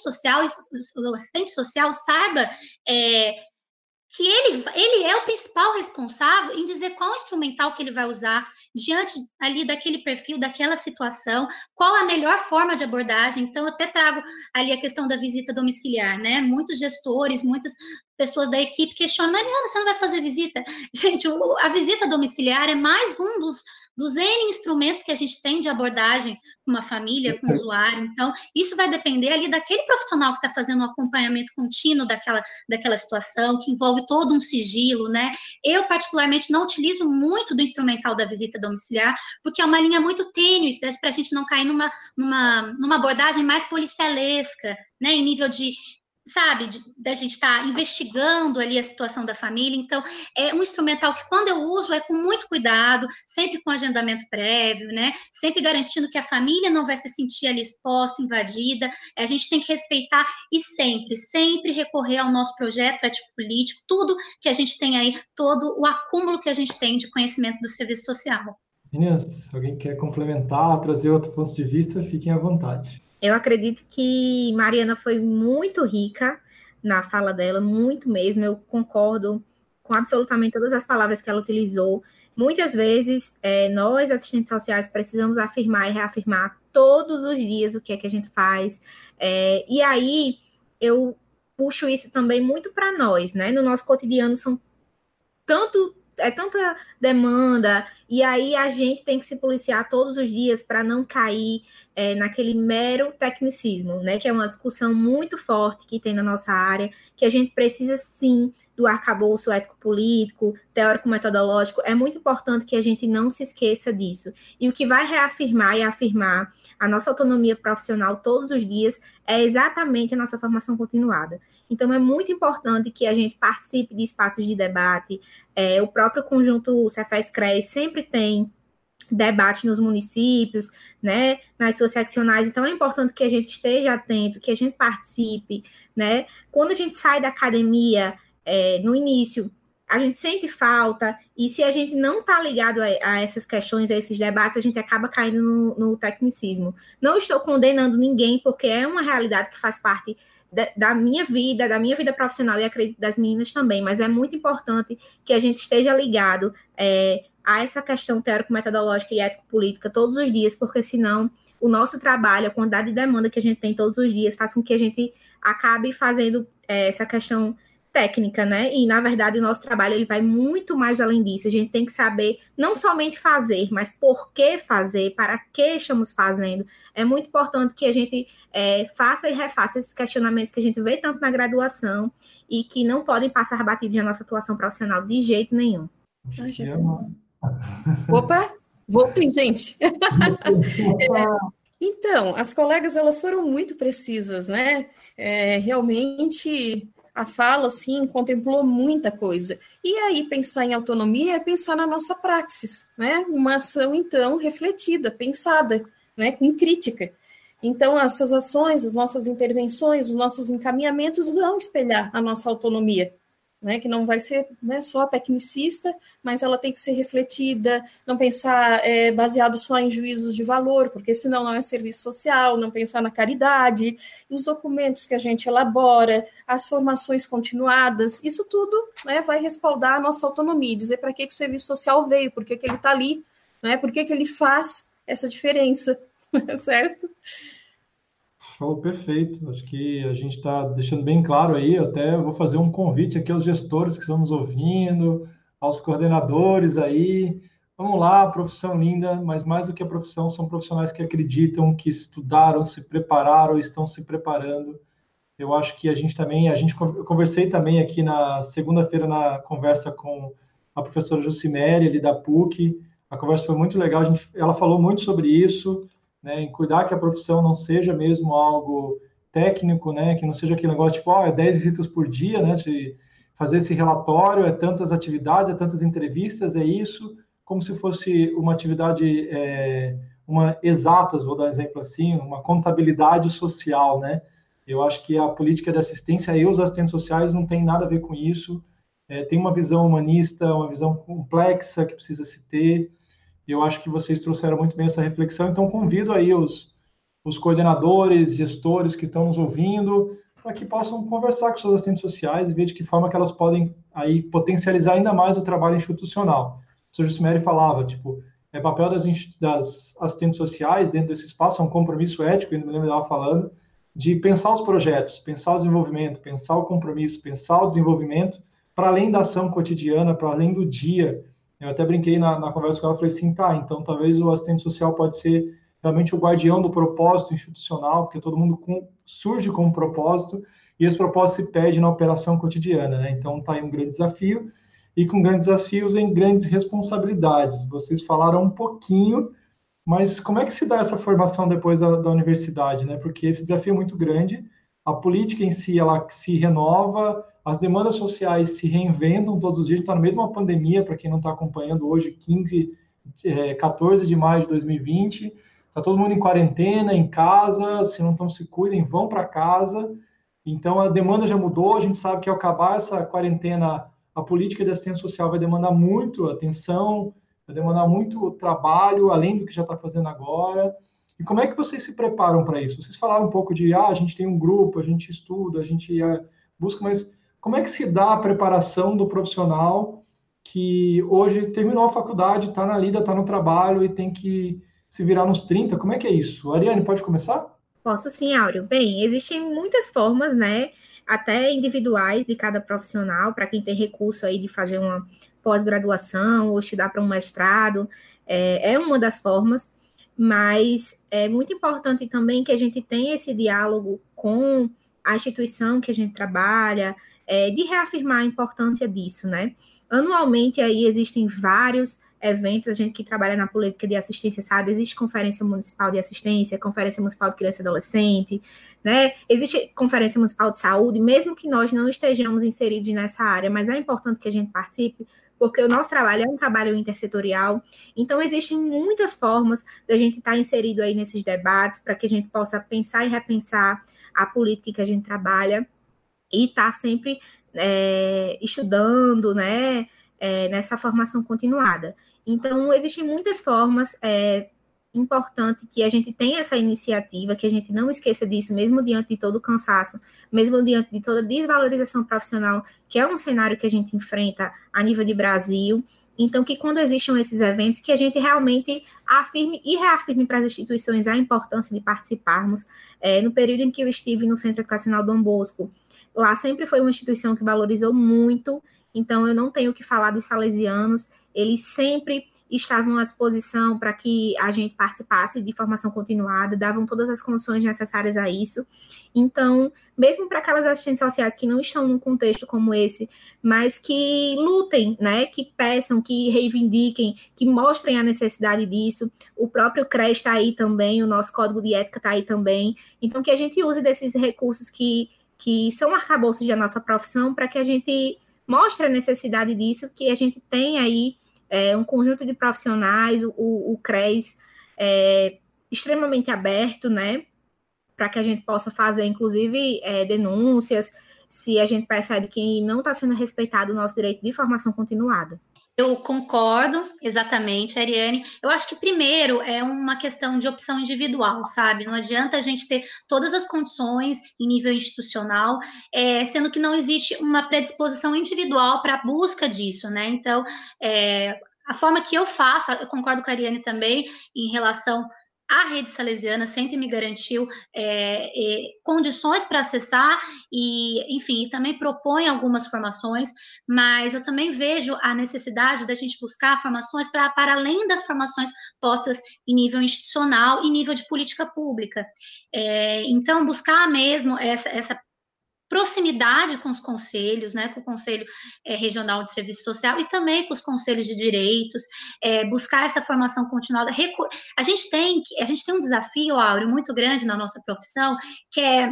social saiba que ele é o principal responsável em dizer qual instrumental que ele vai usar diante ali daquele perfil, daquela situação, qual a melhor forma de abordagem. Então, eu até trago ali a questão da visita domiciliar, né? Muitos gestores, muitas pessoas da equipe questionam, Mariana, você não vai fazer visita? Gente, a visita domiciliar é mais um dos N instrumentos que a gente tem de abordagem com uma família, com o usuário. Então, isso vai depender ali daquele profissional que está fazendo um acompanhamento contínuo daquela situação, que envolve todo um sigilo, né? Eu, particularmente, não utilizo muito do instrumental da visita domiciliar, porque é uma linha muito tênue para a gente não cair numa abordagem mais policialesca, né? Em nível de, sabe, da gente estar investigando ali a situação da família. Então, é um instrumental que, quando eu uso, é com muito cuidado, sempre com agendamento prévio, né? Sempre garantindo que a família não vai se sentir ali exposta, invadida. A gente tem que respeitar e sempre recorrer ao nosso projeto ético-político, tudo que a gente tem aí, todo o acúmulo que a gente tem de conhecimento do serviço social. Meninas, se alguém quer complementar, trazer outro ponto de vista, fiquem à vontade. Eu acredito que Mariana foi muito rica na fala dela, muito mesmo. Eu concordo com absolutamente todas as palavras que ela utilizou. Muitas vezes, nós, assistentes sociais, precisamos afirmar e reafirmar todos os dias o que é que a gente faz. E aí, eu puxo isso também muito para nós, né? No nosso cotidiano são tanta demanda, e aí a gente tem que se policiar todos os dias para não cair naquele mero tecnicismo, né? Que é uma discussão muito forte que tem na nossa área, que a gente precisa sim do arcabouço ético-político, teórico-metodológico. É muito importante que a gente não se esqueça disso. E o que vai reafirmar e afirmar a nossa autonomia profissional todos os dias é exatamente a nossa formação continuada. Então, é muito importante que a gente participe de espaços de debate. O próprio conjunto Cefes-CREAS sempre tem debate nos municípios, né, nas suas seccionais. Então, é importante que a gente esteja atento, que a gente participe, né? Quando a gente sai da academia, no início, a gente sente falta, e se a gente não está ligado a essas questões, a esses debates, a gente acaba caindo no tecnicismo. Não estou condenando ninguém, porque é uma realidade que faz parte da minha vida profissional, e acredito das meninas também, mas é muito importante que a gente esteja ligado a essa questão teórico-metodológica e ético-política todos os dias, porque senão o nosso trabalho, a quantidade de demanda que a gente tem todos os dias, faz com que a gente acabe fazendo essa questão técnica, né? E, na verdade, o nosso trabalho ele vai muito mais além disso. A gente tem que saber não somente fazer, mas por que fazer, para que estamos fazendo. É muito importante que a gente faça e refaça esses questionamentos que a gente vê tanto na graduação e que não podem passar batidos na nossa atuação profissional de jeito nenhum. Opa, voltei, gente. Então, as colegas, elas foram muito precisas, né? Realmente, a fala, sim, contemplou muita coisa. E aí, pensar em autonomia é pensar na nossa praxis, né? Uma ação, então, refletida, pensada, né? Com crítica. Então, essas ações, as nossas intervenções, os nossos encaminhamentos vão espelhar a nossa autonomia, né, que não vai ser, né, só tecnicista, mas ela tem que ser refletida, não pensar baseado só em juízos de valor, porque senão não é serviço social, não pensar na caridade, os documentos que a gente elabora, as formações continuadas, isso tudo, né, vai respaldar a nossa autonomia, dizer para que o serviço social veio, por que ele está ali, né, por que ele faz essa diferença, certo? Show, perfeito. Acho que a gente está deixando bem claro aí. Eu até vou fazer um convite aqui aos gestores que estão nos ouvindo, aos coordenadores aí. Vamos lá, profissão linda, mas mais do que a profissão, são profissionais que acreditam, que estudaram, se prepararam, estão se preparando. Eu acho que a gente também, eu conversei também aqui na segunda-feira na conversa com a professora Jucimere, ali da PUC. A conversa foi muito legal, ela falou muito sobre isso, né, em cuidar que a profissão não seja mesmo algo técnico, né, que não seja aquele negócio tipo, é 10 visitas por dia, né, de fazer esse relatório, é tantas atividades, é tantas entrevistas, é isso, como se fosse uma atividade, exatas, vou dar um exemplo assim, uma contabilidade social, né. Eu acho que a política de assistência e os assistentes sociais não tem nada a ver com isso, tem uma visão humanista, uma visão complexa que precisa se ter. Eu acho que vocês trouxeram muito bem essa reflexão, então convido aí os coordenadores, gestores que estão nos ouvindo, para que possam conversar com seus assistentes sociais e ver de que forma que elas podem aí potencializar ainda mais o trabalho institucional. O Sr. Jucimere falava, tipo, é papel das assistentes sociais dentro desse espaço, é um compromisso ético, ainda me lembro dela falando, de pensar os projetos, pensar o desenvolvimento, pensar o compromisso, pensar o desenvolvimento, para além da ação cotidiana, para além do dia. Eu até brinquei na conversa com ela, falei assim, então talvez o assistente social pode ser realmente o guardião do propósito institucional, porque todo mundo surge com um propósito, e esse propósito se perde na operação cotidiana, né? Então está aí um grande desafio, e com grandes desafios vem grandes responsabilidades. Vocês falaram um pouquinho, mas como é que se dá essa formação depois da universidade, né? Porque esse desafio é muito grande, a política em si, ela se renova, as demandas sociais se reinventam todos os dias. A gente está no meio de uma pandemia, para quem não está acompanhando hoje, 14 de maio de 2020. Está todo mundo em quarentena, em casa. Se não estão, se cuidem, vão para casa. Então, a demanda já mudou. A gente sabe que, ao acabar essa quarentena, a política de assistência social vai demandar muito atenção, vai demandar muito trabalho, além do que já está fazendo agora. E como é que vocês se preparam para isso? Vocês falaram um pouco de, a gente tem um grupo, a gente estuda, a gente busca, mas como é que se dá a preparação do profissional que hoje terminou a faculdade, está na lida, está no trabalho e tem que se virar nos 30? Como é que é isso? Ariane, pode começar? Posso sim, Áureo. Bem, existem muitas formas, né, até individuais de cada profissional, para quem tem recurso aí de fazer uma pós-graduação ou estudar para um mestrado, é uma das formas, mas é muito importante também que a gente tenha esse diálogo com a instituição que a gente trabalha, de reafirmar a importância disso, né? Anualmente aí existem vários eventos, a gente que trabalha na política de assistência sabe, existe Conferência Municipal de Assistência, Conferência Municipal de Criança e Adolescente, né? Existe Conferência Municipal de Saúde, mesmo que nós não estejamos inseridos nessa área, mas é importante que a gente participe, porque o nosso trabalho é um trabalho intersetorial, então existem muitas formas da gente estar inserido aí nesses debates, para que a gente possa pensar e repensar a política que a gente trabalha, e estar sempre estudando, né, nessa formação continuada. Então, existem muitas formas, importante que a gente tenha essa iniciativa, que a gente não esqueça disso, mesmo diante de todo o cansaço, mesmo diante de toda a desvalorização profissional, que é um cenário que a gente enfrenta a nível de Brasil. Então, que quando existam esses eventos, que a gente realmente afirme e reafirme para as instituições a importância de participarmos. No período em que eu estive no Centro Educacional Dom Bosco, lá sempre foi uma instituição que valorizou muito, então eu não tenho o que falar dos salesianos, eles sempre estavam à disposição para que a gente participasse de formação continuada, davam todas as condições necessárias a isso. Então, mesmo para aquelas assistentes sociais que não estão num contexto como esse, mas que lutem, né, que peçam, que reivindiquem, que mostrem a necessidade disso, o próprio CRES está aí também, o nosso Código de Ética está aí também, então que a gente use desses recursos que são arcabouços da nossa profissão, para que a gente mostre a necessidade disso, que a gente tem aí um conjunto de profissionais, o CRES extremamente aberto, né, para que a gente possa fazer, inclusive, denúncias, se a gente percebe que não está sendo respeitado o nosso direito de formação continuada. Eu concordo, exatamente, Ariane. Eu acho que, primeiro, é uma questão de opção individual, sabe? Não adianta a gente ter todas as condições em nível institucional, sendo que não existe uma predisposição individual para a busca disso, né? Então, a forma que eu faço, eu concordo com a Ariane também, em relação a rede salesiana sempre me garantiu condições para acessar e, enfim, também propõe algumas formações, mas eu também vejo a necessidade da gente buscar formações para além das formações postas em nível institucional e nível de política pública. Então, buscar mesmo essa proximidade com os conselhos, né, com o Conselho Regional de Serviço Social e também com os conselhos de direitos, buscar essa formação continuada. A gente tem um desafio, Áureo, muito grande na nossa profissão, que é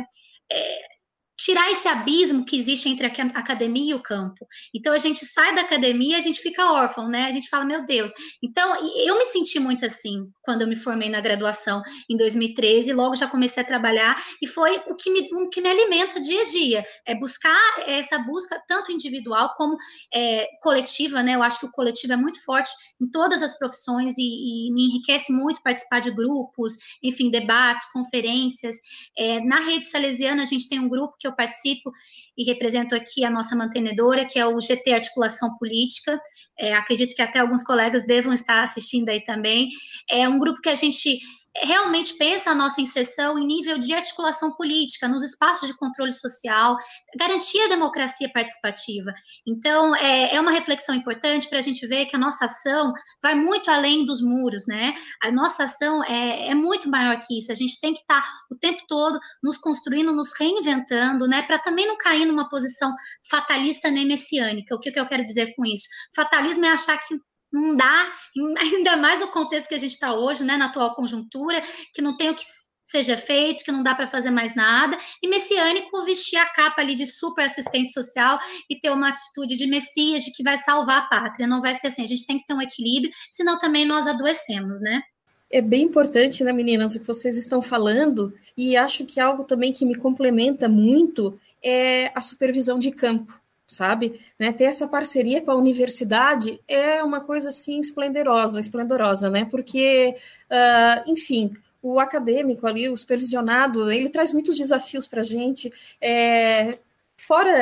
tirar esse abismo que existe entre a academia e o campo. Então, a gente sai da academia e a gente fica órfão, né? A gente fala, meu Deus. Então, eu me senti muito assim quando eu me formei na graduação em 2013, logo já comecei a trabalhar, e foi o que me alimenta dia a dia, buscar essa busca tanto individual como coletiva, né? Eu acho que o coletivo é muito forte em todas as profissões e me enriquece muito participar de grupos, enfim, debates, conferências. Na Rede Salesiana, a gente tem um grupo que eu participo e represento aqui a nossa mantenedora, que é o GT Articulação Política. Acredito que até alguns colegas devam estar assistindo aí também. É um grupo que a gente realmente pensa a nossa inserção em nível de articulação política, nos espaços de controle social, garantir a democracia participativa. Então, é uma reflexão importante para a gente ver que a nossa ação vai muito além dos muros, né? A nossa ação é muito maior que isso. A gente tem que estar o tempo todo nos construindo, nos reinventando, né? Para também não cair numa posição fatalista nem messiânica. O que eu quero dizer com isso? Fatalismo é achar que não dá, ainda mais no contexto que a gente está hoje, né, na atual conjuntura, que não tem o que seja feito, que não dá para fazer mais nada, e messiânico vestir a capa ali de super assistente social e ter uma atitude de messias, de que vai salvar a pátria. Não vai ser assim, a gente tem que ter um equilíbrio, senão também nós adoecemos, né? É bem importante, né, meninas, o que vocês estão falando, e acho que algo também que me complementa muito é a supervisão de campo, sabe? Né? Ter essa parceria com a universidade é uma coisa, assim, esplendorosa, né? Porque, enfim, o acadêmico ali, o supervisionado, ele traz muitos desafios para a gente, fora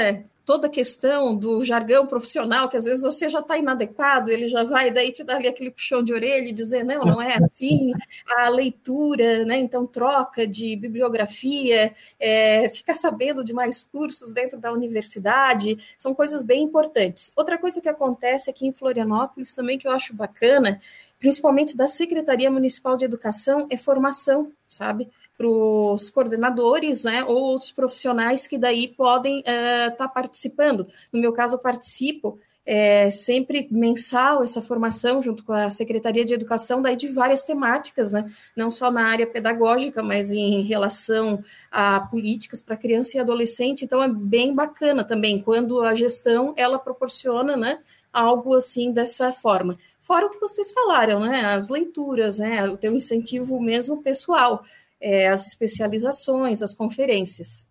toda a questão do jargão profissional, que às vezes você já está inadequado, ele já vai daí te dar ali aquele puxão de orelha e dizer, não é assim, a leitura, né? Então troca de bibliografia, fica sabendo de mais cursos dentro da universidade, são coisas bem importantes. Outra coisa que acontece aqui em Florianópolis também, que eu acho bacana, principalmente da Secretaria Municipal de Educação, é formação, sabe, para os coordenadores, né, ou outros profissionais que daí podem estar participando. No meu caso, eu participo sempre mensal essa formação junto com a Secretaria de Educação, daí de várias temáticas, né, não só na área pedagógica, mas em relação a políticas para criança e adolescente. Então é bem bacana também quando a gestão ela proporciona, né, algo assim dessa forma. Fora o que vocês falaram, né, as leituras, né, o teu incentivo mesmo pessoal, as especializações, as conferências.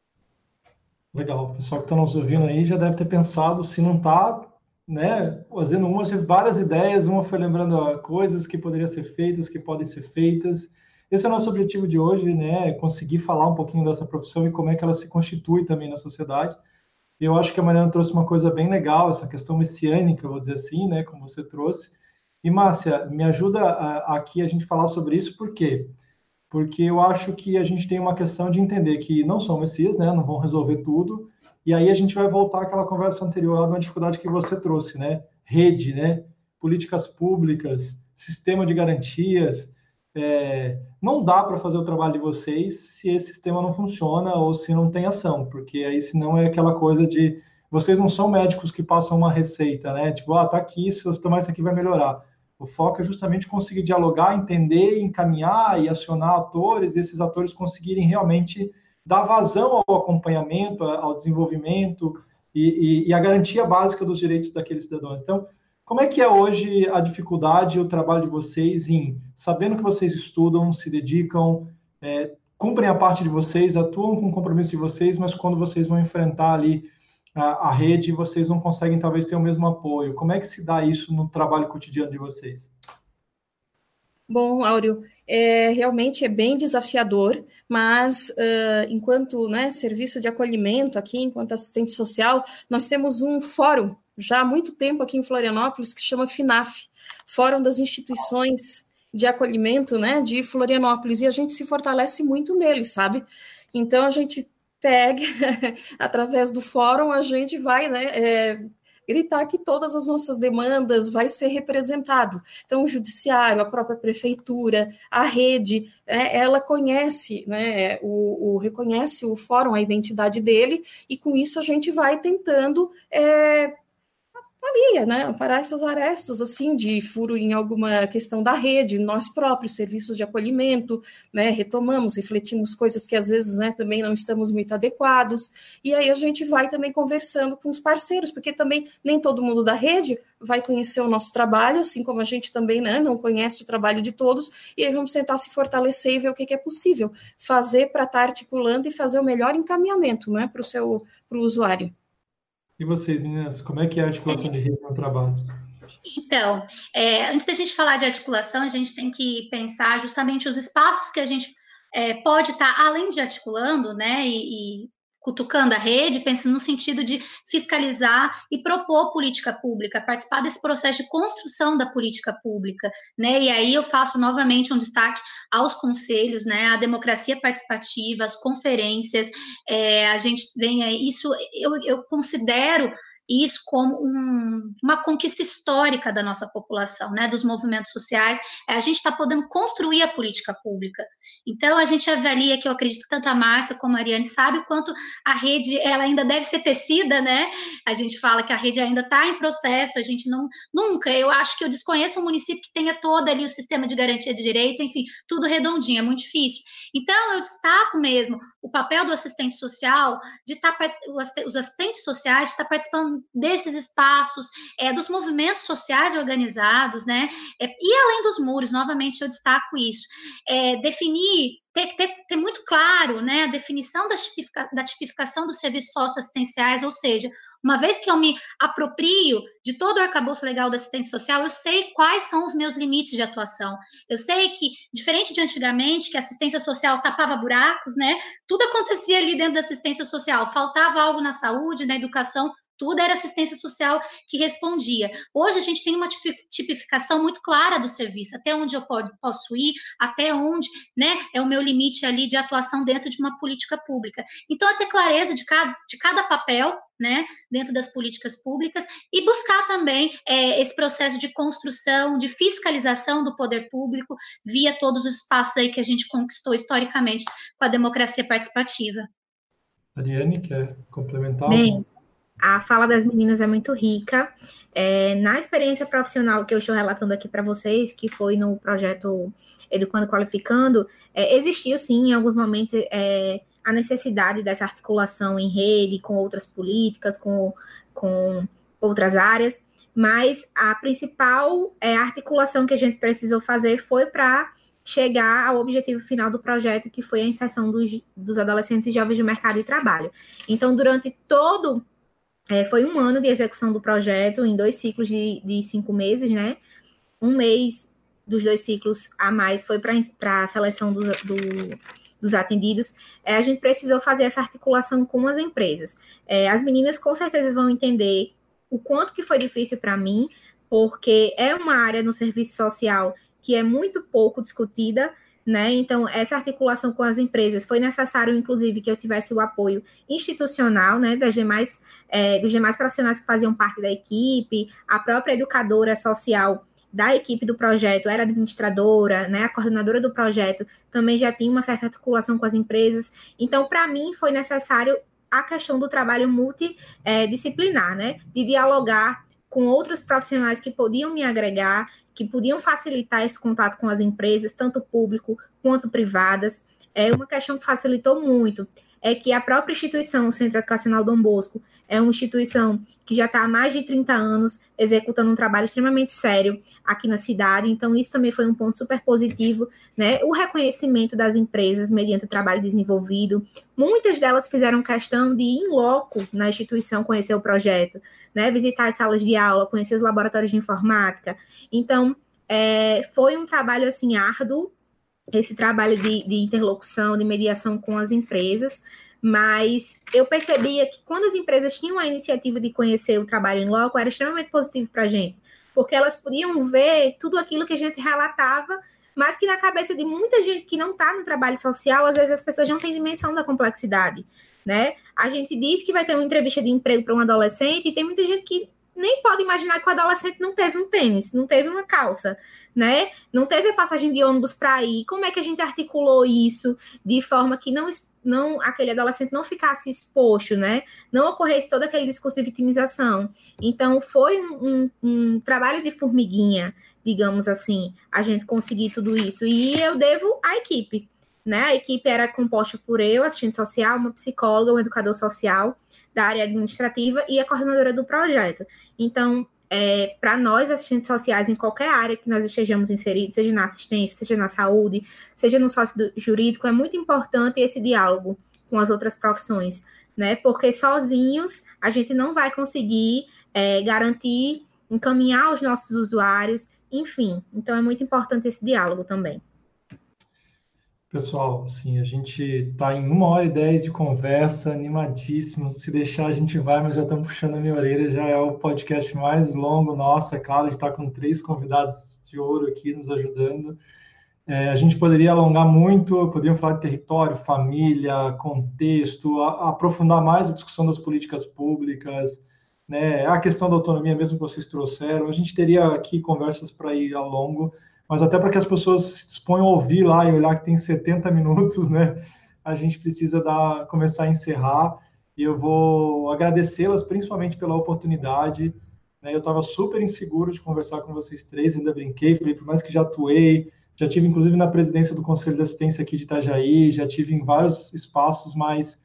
Legal, o pessoal que está nos ouvindo aí já deve ter pensado, se não está, né, fazendo várias ideias, uma foi lembrando coisas que poderiam ser feitas, que podem ser feitas. Esse é o nosso objetivo de hoje, né, conseguir falar um pouquinho dessa profissão e como é que ela se constitui também na sociedade. Eu acho que a Mariana trouxe uma coisa bem legal, essa questão messiânica, vou dizer assim, né, como você trouxe. E, Márcia, me ajuda aqui a gente falar sobre isso, por quê? Porque eu acho que a gente tem uma questão de entender que não são messias, né, não vão resolver tudo, e aí a gente vai voltar àquela conversa anterior lá de uma dificuldade que você trouxe, né, rede, né, políticas públicas, sistema de garantias. Não dá para fazer o trabalho de vocês se esse sistema não funciona ou se não tem ação, porque aí senão é aquela coisa de vocês não são médicos que passam uma receita, né? Tipo, tá aqui, se você tomar isso aqui vai melhorar. O foco é justamente conseguir dialogar, entender, encaminhar e acionar atores, e esses atores conseguirem realmente dar vazão ao acompanhamento, ao desenvolvimento e a garantia básica dos direitos daqueles cidadãos. Então, como é que é hoje a dificuldade e o trabalho de vocês em, sabendo que vocês estudam, se dedicam, cumprem a parte de vocês, atuam com o compromisso de vocês, mas quando vocês vão enfrentar ali a rede, vocês não conseguem talvez ter o mesmo apoio. Como é que se dá isso no trabalho cotidiano de vocês? Bom, Áureo, realmente é bem desafiador, mas enquanto serviço de acolhimento aqui, enquanto assistente social, nós temos um fórum já há muito tempo aqui em Florianópolis que chama FINAF, Fórum das Instituições de Acolhimento, né, de Florianópolis, e a gente se fortalece muito nele, sabe? Então a gente pega, através do fórum, a gente vai, gritar que todas as nossas demandas vai ser representado. Então, o judiciário, a própria prefeitura, a rede, ela conhece, né, reconhece o fórum, a identidade dele, e com isso a gente vai tentando parar essas arestas, assim, de furo em alguma questão da rede, nós próprios, serviços de acolhimento, né, retomamos, refletimos coisas que às vezes, né, também não estamos muito adequados, e aí a gente vai também conversando com os parceiros, porque também nem todo mundo da rede vai conhecer o nosso trabalho, assim como a gente também, né, não conhece o trabalho de todos, e aí vamos tentar se fortalecer e ver o que é possível fazer para estar articulando e fazer o melhor encaminhamento, né, para o usuário. E vocês, meninas, como é que é a articulação de rede no trabalho? Então, antes da gente falar de articulação, a gente tem que pensar justamente os espaços que a gente pode estar, além de articulando, né, e cutucando a rede, pensando no sentido de fiscalizar e propor política pública, participar desse processo de construção da política pública, né? E aí eu faço novamente um destaque aos conselhos, né? A democracia participativa, as conferências, a gente vem aí, isso eu considero isso como uma conquista histórica da nossa população, né, dos movimentos sociais. A gente está podendo construir a política pública. Então, a gente avalia, que eu acredito que tanto a Márcia como a Ariane sabe o quanto a rede ela ainda deve ser tecida, né? A gente fala que a rede ainda está em processo, a gente nunca, eu acho que eu desconheço um município que tenha todo ali o sistema de garantia de direitos, enfim, tudo redondinho, é muito difícil. Então, eu destaco mesmo o papel do assistente social, de estar, os assistentes sociais, de estar participando desses espaços, dos movimentos sociais organizados, né? E além dos muros, novamente eu destaco isso, definir, ter muito claro, né, a definição da tipificação dos serviços socioassistenciais, ou seja, uma vez que eu me aproprio de todo o arcabouço legal da assistência social, eu sei quais são os meus limites de atuação. Eu sei que, diferente de antigamente, que a assistência social tapava buracos, né? Tudo acontecia ali dentro da assistência social. Faltava algo na saúde, na educação, tudo era assistência social que respondia. Hoje a gente tem uma tipificação muito clara do serviço, até onde eu posso ir, até onde, né, é o meu limite ali de atuação dentro de uma política pública. Então, é ter clareza de cada papel, né, dentro das políticas públicas e buscar também esse processo de construção, de fiscalização do poder público via todos os espaços aí que a gente conquistou historicamente com a democracia participativa. Ariane, quer complementar? Bem, a fala das meninas é muito rica. Na experiência profissional que eu estou relatando aqui para vocês, que foi no projeto Educando e Qualificando, existiu sim, em alguns momentos, a necessidade dessa articulação em rede com outras políticas, com outras áreas, mas a principal articulação que a gente precisou fazer foi para chegar ao objetivo final do projeto, que foi a inserção dos adolescentes e jovens no mercado de trabalho. Então, durante foi 1 ano de execução do projeto, em 2 ciclos de 5 meses, né? 1 mês dos 2 ciclos a mais foi para a seleção dos atendidos. A gente precisou fazer essa articulação com as empresas. As meninas com certeza vão entender o quanto que foi difícil para mim, porque é uma área no serviço social que é muito pouco discutida, né? Então, essa articulação com as empresas foi necessário, inclusive, que eu tivesse o apoio institucional, né, dos demais profissionais que faziam parte da equipe, a própria educadora social da equipe do projeto era administradora, né, a coordenadora do projeto também já tinha uma certa articulação com as empresas. Então, para mim, foi necessário a questão do trabalho multidisciplinar, né, de dialogar com outros profissionais que podiam me agregar, que podiam facilitar esse contato com as empresas, tanto público quanto privadas. Uma questão que facilitou muito é que a própria instituição, o Centro Educacional Dom Bosco, é uma instituição que já está há mais de 30 anos executando um trabalho extremamente sério aqui na cidade, então isso também foi um ponto super positivo, né? O reconhecimento das empresas mediante o trabalho desenvolvido. Muitas delas fizeram questão de ir em loco na instituição conhecer o projeto, né? Visitar as salas de aula, conhecer os laboratórios de informática. Então, foi um trabalho assim árduo, esse trabalho de interlocução, de mediação com as empresas, mas eu percebia que quando as empresas tinham a iniciativa de conhecer o trabalho em loco, era extremamente positivo para a gente, porque elas podiam ver tudo aquilo que a gente relatava, mas que na cabeça de muita gente que não está no trabalho social, às vezes as pessoas não têm dimensão da complexidade, né? A gente diz que vai ter uma entrevista de emprego para um adolescente e tem muita gente que nem pode imaginar que o adolescente não teve um tênis, não teve uma calça, né? Não teve a passagem de ônibus para ir. Como é que a gente articulou isso de forma que não aquele adolescente não ficasse exposto, né? Não ocorresse todo aquele discurso de vitimização. Então, foi um trabalho de formiguinha, digamos assim, a gente conseguir tudo isso. E eu devo à equipe, né? A equipe era composta por eu, assistente social, uma psicóloga, um educador social da área administrativa e a coordenadora do projeto. Então, para nós, assistentes sociais, em qualquer área que nós estejamos inseridos, seja na assistência, seja na saúde, seja no sócio jurídico, é muito importante esse diálogo com as outras profissões, né? Porque sozinhos a gente não vai conseguir garantir, encaminhar os nossos usuários, enfim. Então, é muito importante esse diálogo também. Pessoal, assim, a gente está em 1h10 de conversa, animadíssimo. Se deixar, a gente vai, mas já estamos puxando a minha orelha. Já é o podcast mais longo nosso, é claro. A gente está com 3 convidados de ouro aqui nos ajudando. A gente poderia alongar muito, poderíamos falar de território, família, contexto, aprofundar mais a discussão das políticas públicas, né? A questão da autonomia mesmo que vocês trouxeram. A gente teria aqui conversas para ir ao longo, mas até para que as pessoas se disponham a ouvir lá e olhar que tem 70 minutos, né? A gente precisa começar a encerrar. E eu vou agradecê-las principalmente pela oportunidade, né? Eu estava super inseguro de conversar com vocês 3, ainda brinquei, falei, por mais que já atuei, já tive inclusive na presidência do Conselho de Assistência aqui de Itajaí, já tive em vários espaços, mas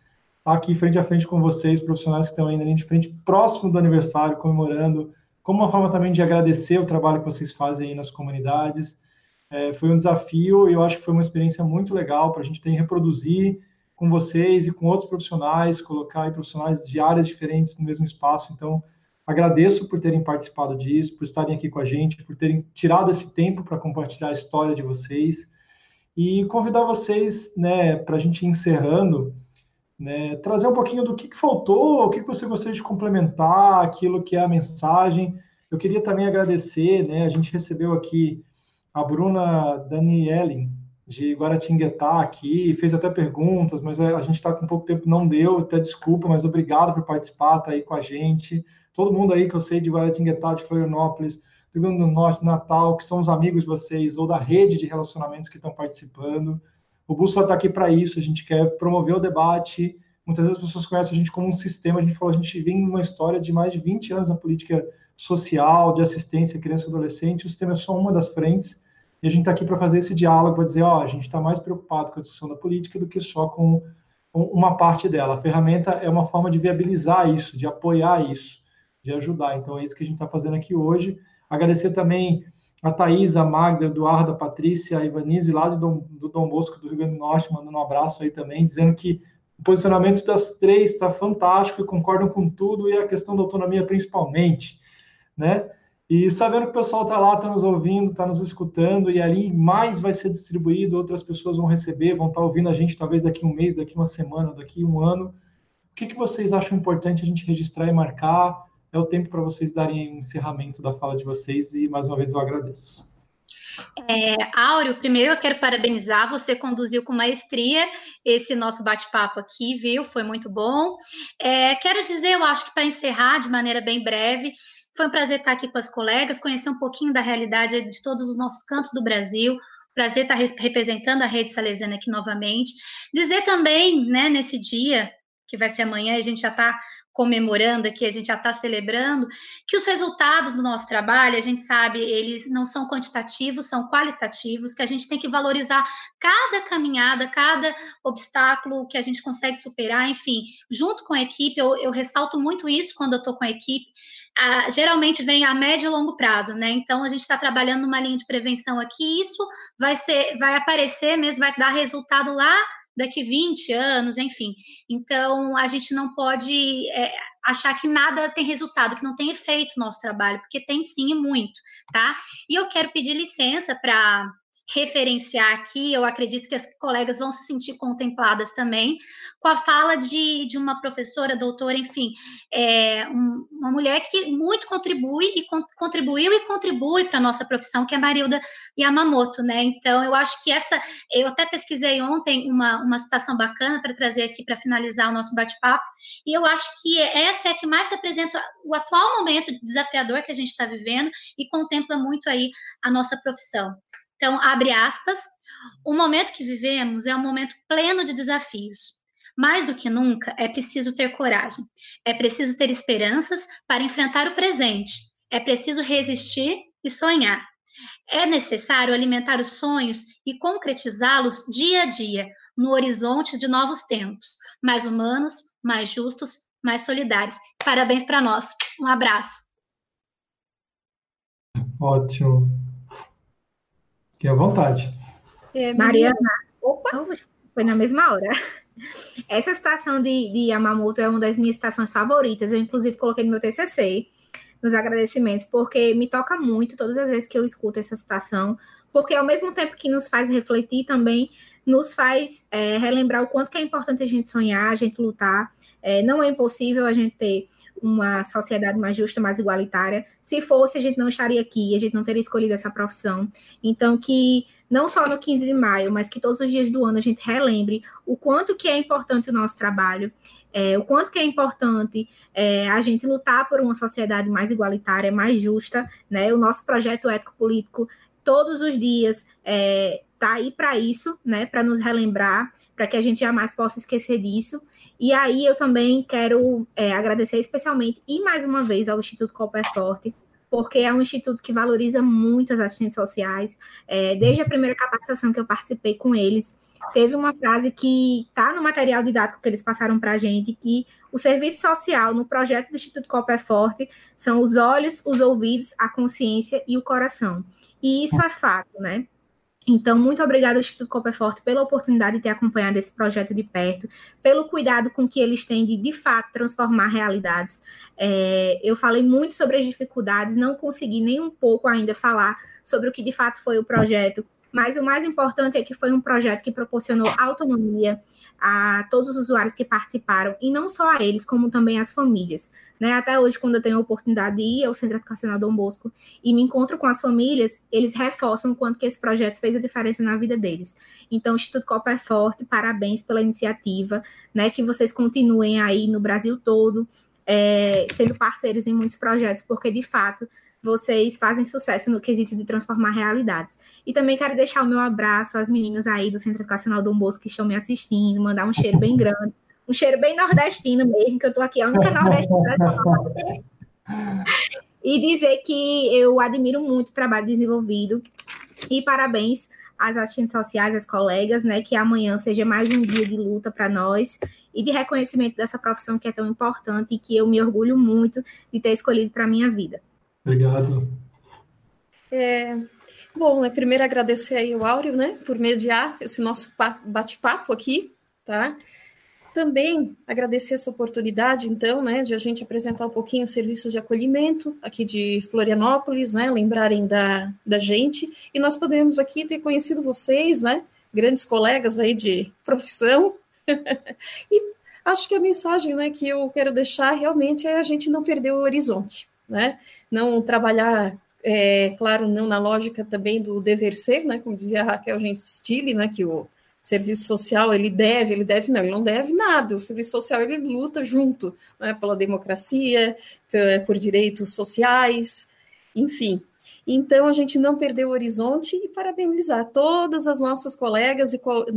estar aqui frente a frente com vocês, profissionais que estão ainda de frente, próximo do aniversário, comemorando, como uma forma também de agradecer o trabalho que vocês fazem aí nas comunidades. Foi um desafio e eu acho que foi uma experiência muito legal para a gente ter que reproduzir com vocês e com outros profissionais, colocar aí profissionais de áreas diferentes no mesmo espaço. Então, agradeço por terem participado disso, por estarem aqui com a gente, por terem tirado esse tempo para compartilhar a história de vocês e convidar vocês, né, para a gente ir encerrando, né, trazer um pouquinho do que faltou, o que você gostaria de complementar, aquilo que é a mensagem. Eu queria também agradecer, né, a gente recebeu aqui a Bruna Danielen, de Guaratinguetá aqui, fez até perguntas, mas a gente está com pouco tempo, não deu, até desculpa, mas obrigado por participar, tá aí com a gente. Todo mundo aí que eu sei de Guaratinguetá, de Florianópolis, do Rio Grande do Norte, Natal, que são os amigos de vocês, ou da rede de relacionamentos que estão participando. O Bússola está aqui para isso, a gente quer promover o debate. Muitas vezes as pessoas conhecem a gente como um sistema, a gente vem numa história de mais de 20 anos na política social, de assistência à criança e adolescente, o sistema é só uma das frentes, e a gente está aqui para fazer esse diálogo, para dizer, a gente está mais preocupado com a discussão da política do que só com uma parte dela. A ferramenta é uma forma de viabilizar isso, de apoiar isso, de ajudar. Então, é isso que a gente está fazendo aqui hoje. Agradecer também a Thaís, a Magda, a Eduardo, a Patrícia, a Ivanise, lá do Dom Bosco, do Rio Grande do Norte, mandando um abraço aí também, dizendo que o posicionamento das três está fantástico e concordam com tudo, e a questão da autonomia principalmente, né? E sabendo que o pessoal está lá, está nos ouvindo, está nos escutando, e ali mais vai ser distribuído, outras pessoas vão receber, vão estar ouvindo a gente talvez daqui um mês, daqui uma semana, daqui um ano. O que vocês acham importante a gente registrar e marcar? É o tempo para vocês darem o encerramento da fala de vocês, e mais uma vez eu agradeço. Áureo, primeiro eu quero parabenizar, você conduziu com maestria esse nosso bate-papo aqui, viu? Foi muito bom. Quero dizer, eu acho que para encerrar de maneira bem breve, foi um prazer estar aqui com as colegas, conhecer um pouquinho da realidade de todos os nossos cantos do Brasil, prazer estar representando a Rede Salesiana aqui novamente. Dizer também, né, nesse dia, que vai ser amanhã, a gente já está comemorando aqui, a gente já está celebrando, que os resultados do nosso trabalho, a gente sabe, eles não são quantitativos, são qualitativos, que a gente tem que valorizar cada caminhada, cada obstáculo que a gente consegue superar, enfim, junto com a equipe, eu ressalto muito isso quando eu estou com a equipe, geralmente vem a médio e longo prazo, né? Então, a gente está trabalhando numa linha de prevenção aqui, e isso vai aparecer mesmo, vai dar resultado lá daqui 20 anos, enfim. Então, a gente não pode achar que nada tem resultado, que não tem efeito no nosso trabalho, porque tem sim e muito, tá? E eu quero pedir licença para referenciar aqui, eu acredito que as colegas vão se sentir contempladas também, com a fala de uma professora, doutora, enfim, uma mulher que muito contribuiu e contribui para a nossa profissão, que é a Marilda Yamamoto, né? Então, eu acho que eu até pesquisei ontem uma citação bacana para trazer aqui para finalizar o nosso bate-papo, e eu acho que essa é a que mais representa o atual momento desafiador que a gente está vivendo e contempla muito aí a nossa profissão. Então, abre aspas, o momento que vivemos é um momento pleno de desafios. Mais do que nunca, é preciso ter coragem. É preciso ter esperanças para enfrentar o presente. É preciso resistir e sonhar. É necessário alimentar os sonhos e concretizá-los dia a dia, no horizonte de novos tempos, mais humanos, mais justos, mais solidários. Parabéns para nós. Um abraço. Ótimo. Fique à vontade. Mariana, Opa! foi na mesma hora. Essa citação de Yamamoto é uma das minhas citações favoritas. Eu, inclusive, coloquei no meu TCC, nos agradecimentos, porque me toca muito todas as vezes que eu escuto essa citação, porque ao mesmo tempo que nos faz refletir, também nos faz relembrar o quanto que é importante a gente sonhar, a gente lutar. Não é impossível a gente ter uma sociedade mais justa, mais igualitária. Se fosse, a gente não estaria aqui, a gente não teria escolhido essa profissão. Então, que não só no 15 de maio, mas que todos os dias do ano a gente relembre o quanto que é importante o nosso trabalho, o quanto que é importante a gente lutar por uma sociedade mais igualitária, mais justa, né? O nosso projeto ético-político, todos os dias, está aí para isso, né? Para nos relembrar, para que a gente jamais possa esquecer disso. E aí eu também quero agradecer especialmente e mais uma vez ao Instituto Cooper Forte, porque é um instituto que valoriza muito as assistentes sociais. Desde a primeira capacitação que eu participei com eles, teve uma frase que está no material didático que eles passaram para a gente, que o serviço social no projeto do Instituto Cooper Forte são os olhos, os ouvidos, a consciência e o coração. E isso é fato, né? Então, muito obrigada ao Instituto Cooper Forte pela oportunidade de ter acompanhado esse projeto de perto, pelo cuidado com que eles têm de fato, transformar realidades. Eu falei muito sobre as dificuldades, não consegui nem um pouco ainda falar sobre o que de fato foi o projeto, mas o mais importante é que foi um projeto que proporcionou autonomia a todos os usuários que participaram, e não só a eles, como também às famílias. Né? Até hoje, quando eu tenho a oportunidade de ir ao Centro Educacional Dom Bosco e me encontro com as famílias, eles reforçam o quanto que esse projeto fez a diferença na vida deles. Então, o Instituto Cooper Forte, parabéns pela iniciativa, né? Que vocês continuem aí no Brasil todo, sendo parceiros em muitos projetos, porque, de fato, vocês fazem sucesso no quesito de transformar realidades. E também quero deixar o meu abraço às meninas aí do Centro Educacional Dom Bosco que estão me assistindo, mandar um cheiro bem grande, um cheiro bem nordestino mesmo, que eu estou aqui, a única nordestina. E dizer que eu admiro muito o trabalho desenvolvido e parabéns às assistentes sociais, às colegas, né, que amanhã seja mais um dia de luta para nós e de reconhecimento dessa profissão que é tão importante e que eu me orgulho muito de ter escolhido para a minha vida. Obrigado. Bom, né, primeiro agradecer aí ao Áureo, né, por mediar esse nosso bate-papo aqui, tá? Também agradecer essa oportunidade, então, né, de a gente apresentar um pouquinho os serviços de acolhimento aqui de Florianópolis, né, lembrarem da gente, e nós podemos aqui ter conhecido vocês, né, grandes colegas aí de profissão, e acho que a mensagem, né, que eu quero deixar realmente é a gente não perder o horizonte, né, não trabalhar, claro, não na lógica também do dever ser, né, como dizia a Raquel Gentili, né, que o serviço social, ele não deve nada, o serviço social, ele luta junto, né, pela democracia, por direitos sociais, enfim. Então, a gente não perdeu o horizonte e parabenizar todas as nossas colegas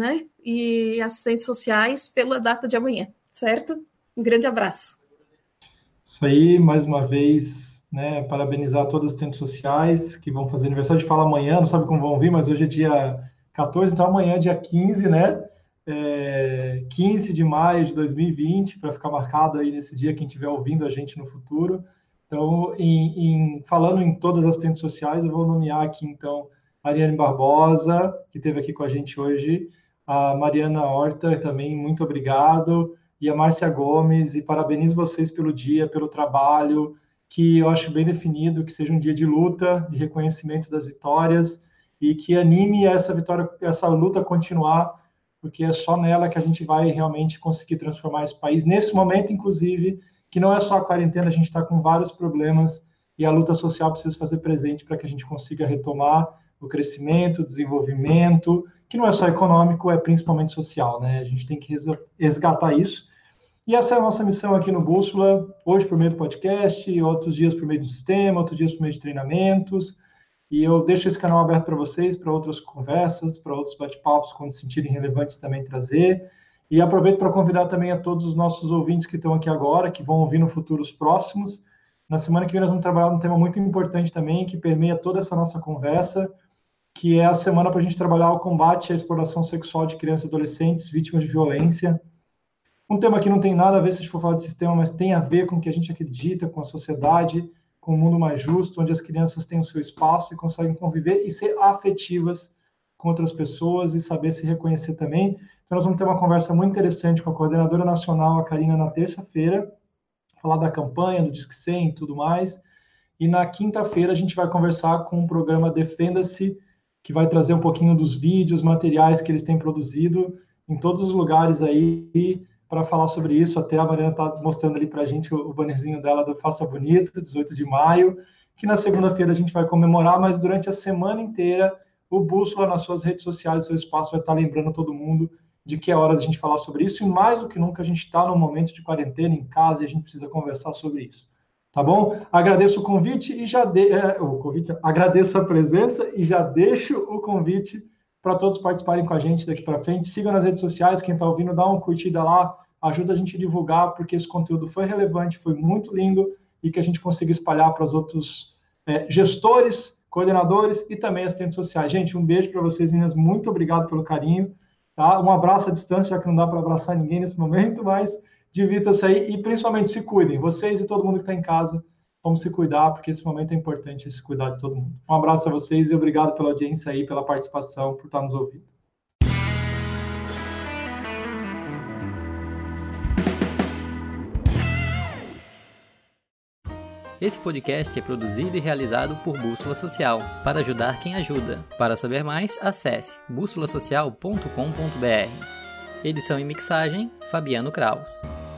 e assistentes sociais pela data de amanhã, certo? Um grande abraço. Isso aí, mais uma vez, né, parabenizar todas as assistentes sociais que vão fazer aniversário. A gente fala amanhã, não sabe como vão vir, mas hoje é dia 14, então amanhã, dia 15, né? 15 de maio de 2020, para ficar marcado aí nesse dia, quem estiver ouvindo a gente no futuro. Então, falando em todas as assistentes sociais, eu vou nomear aqui, então, a Ariane Barbosa, que esteve aqui com a gente hoje, a Mariana Horta, também, muito obrigado, e a Márcia Gomes, e parabenizo vocês pelo dia, pelo trabalho, que eu acho bem definido, que seja um dia de luta, de reconhecimento das vitórias, e que anime essa vitória, essa luta a continuar, porque é só nela que a gente vai realmente conseguir transformar esse país. Nesse momento, inclusive, que não é só a quarentena, a gente está com vários problemas e a luta social precisa fazer presente para que a gente consiga retomar o crescimento, o desenvolvimento, que não é só econômico, é principalmente social, né? A gente tem que resgatar isso. E essa é a nossa missão aqui no Bússola, hoje por meio do podcast, outros dias por meio do sistema, outros dias por meio de treinamentos. E eu deixo esse canal aberto para vocês, para outras conversas, para outros bate-papos, quando se sentirem relevantes também trazer. E aproveito para convidar também a todos os nossos ouvintes que estão aqui agora, que vão ouvir no futuro os próximos. Na semana que vem nós vamos trabalhar num tema muito importante também, que permeia toda essa nossa conversa, que é a semana para a gente trabalhar o combate à exploração sexual de crianças e adolescentes vítimas de violência. Um tema que não tem nada a ver se a gente for falar de sistema, mas tem a ver com o que a gente acredita, com a sociedade, com um mundo mais justo, onde as crianças têm o seu espaço e conseguem conviver e ser afetivas com outras pessoas e saber se reconhecer também. Então, nós vamos ter uma conversa muito interessante com a coordenadora nacional, a Karina, na terça-feira, falar da campanha, do Disque 100 e tudo mais. E na quinta-feira a gente vai conversar com o programa Defenda-se, que vai trazer um pouquinho dos vídeos, materiais que eles têm produzido em todos os lugares aí, para falar sobre isso. Até a Mariana está mostrando ali para a gente o bannerzinho dela do Faça Bonito, 18 de maio, que na segunda-feira a gente vai comemorar, mas durante a semana inteira o Bússola nas suas redes sociais, seu espaço vai estar lembrando todo mundo de que é hora da gente falar sobre isso, e mais do que nunca a gente está num momento de quarentena em casa e a gente precisa conversar sobre isso. Tá bom? Agradeço o convite e agradeço a presença e já deixo o convite para todos participarem com a gente daqui para frente. Sigam nas redes sociais, quem está ouvindo, dá uma curtida lá, ajuda a gente a divulgar, porque esse conteúdo foi relevante, foi muito lindo, e que a gente consiga espalhar para os outros gestores, coordenadores e também assistentes sociais. Gente, um beijo para vocês, meninas, muito obrigado pelo carinho. tá? Um abraço à distância, já que não dá para abraçar ninguém nesse momento, mas divirtam-se aí e principalmente se cuidem. Vocês e todo mundo que está em casa, vamos se cuidar, porque esse momento é importante, se cuidar de todo mundo. Um abraço a vocês e obrigado pela audiência aí, pela participação, por estar nos ouvindo. Esse podcast é produzido e realizado por Bússola Social, para ajudar quem ajuda. Para saber mais, acesse bussolasocial.com.br. Edição e mixagem, Fabiano Kraus.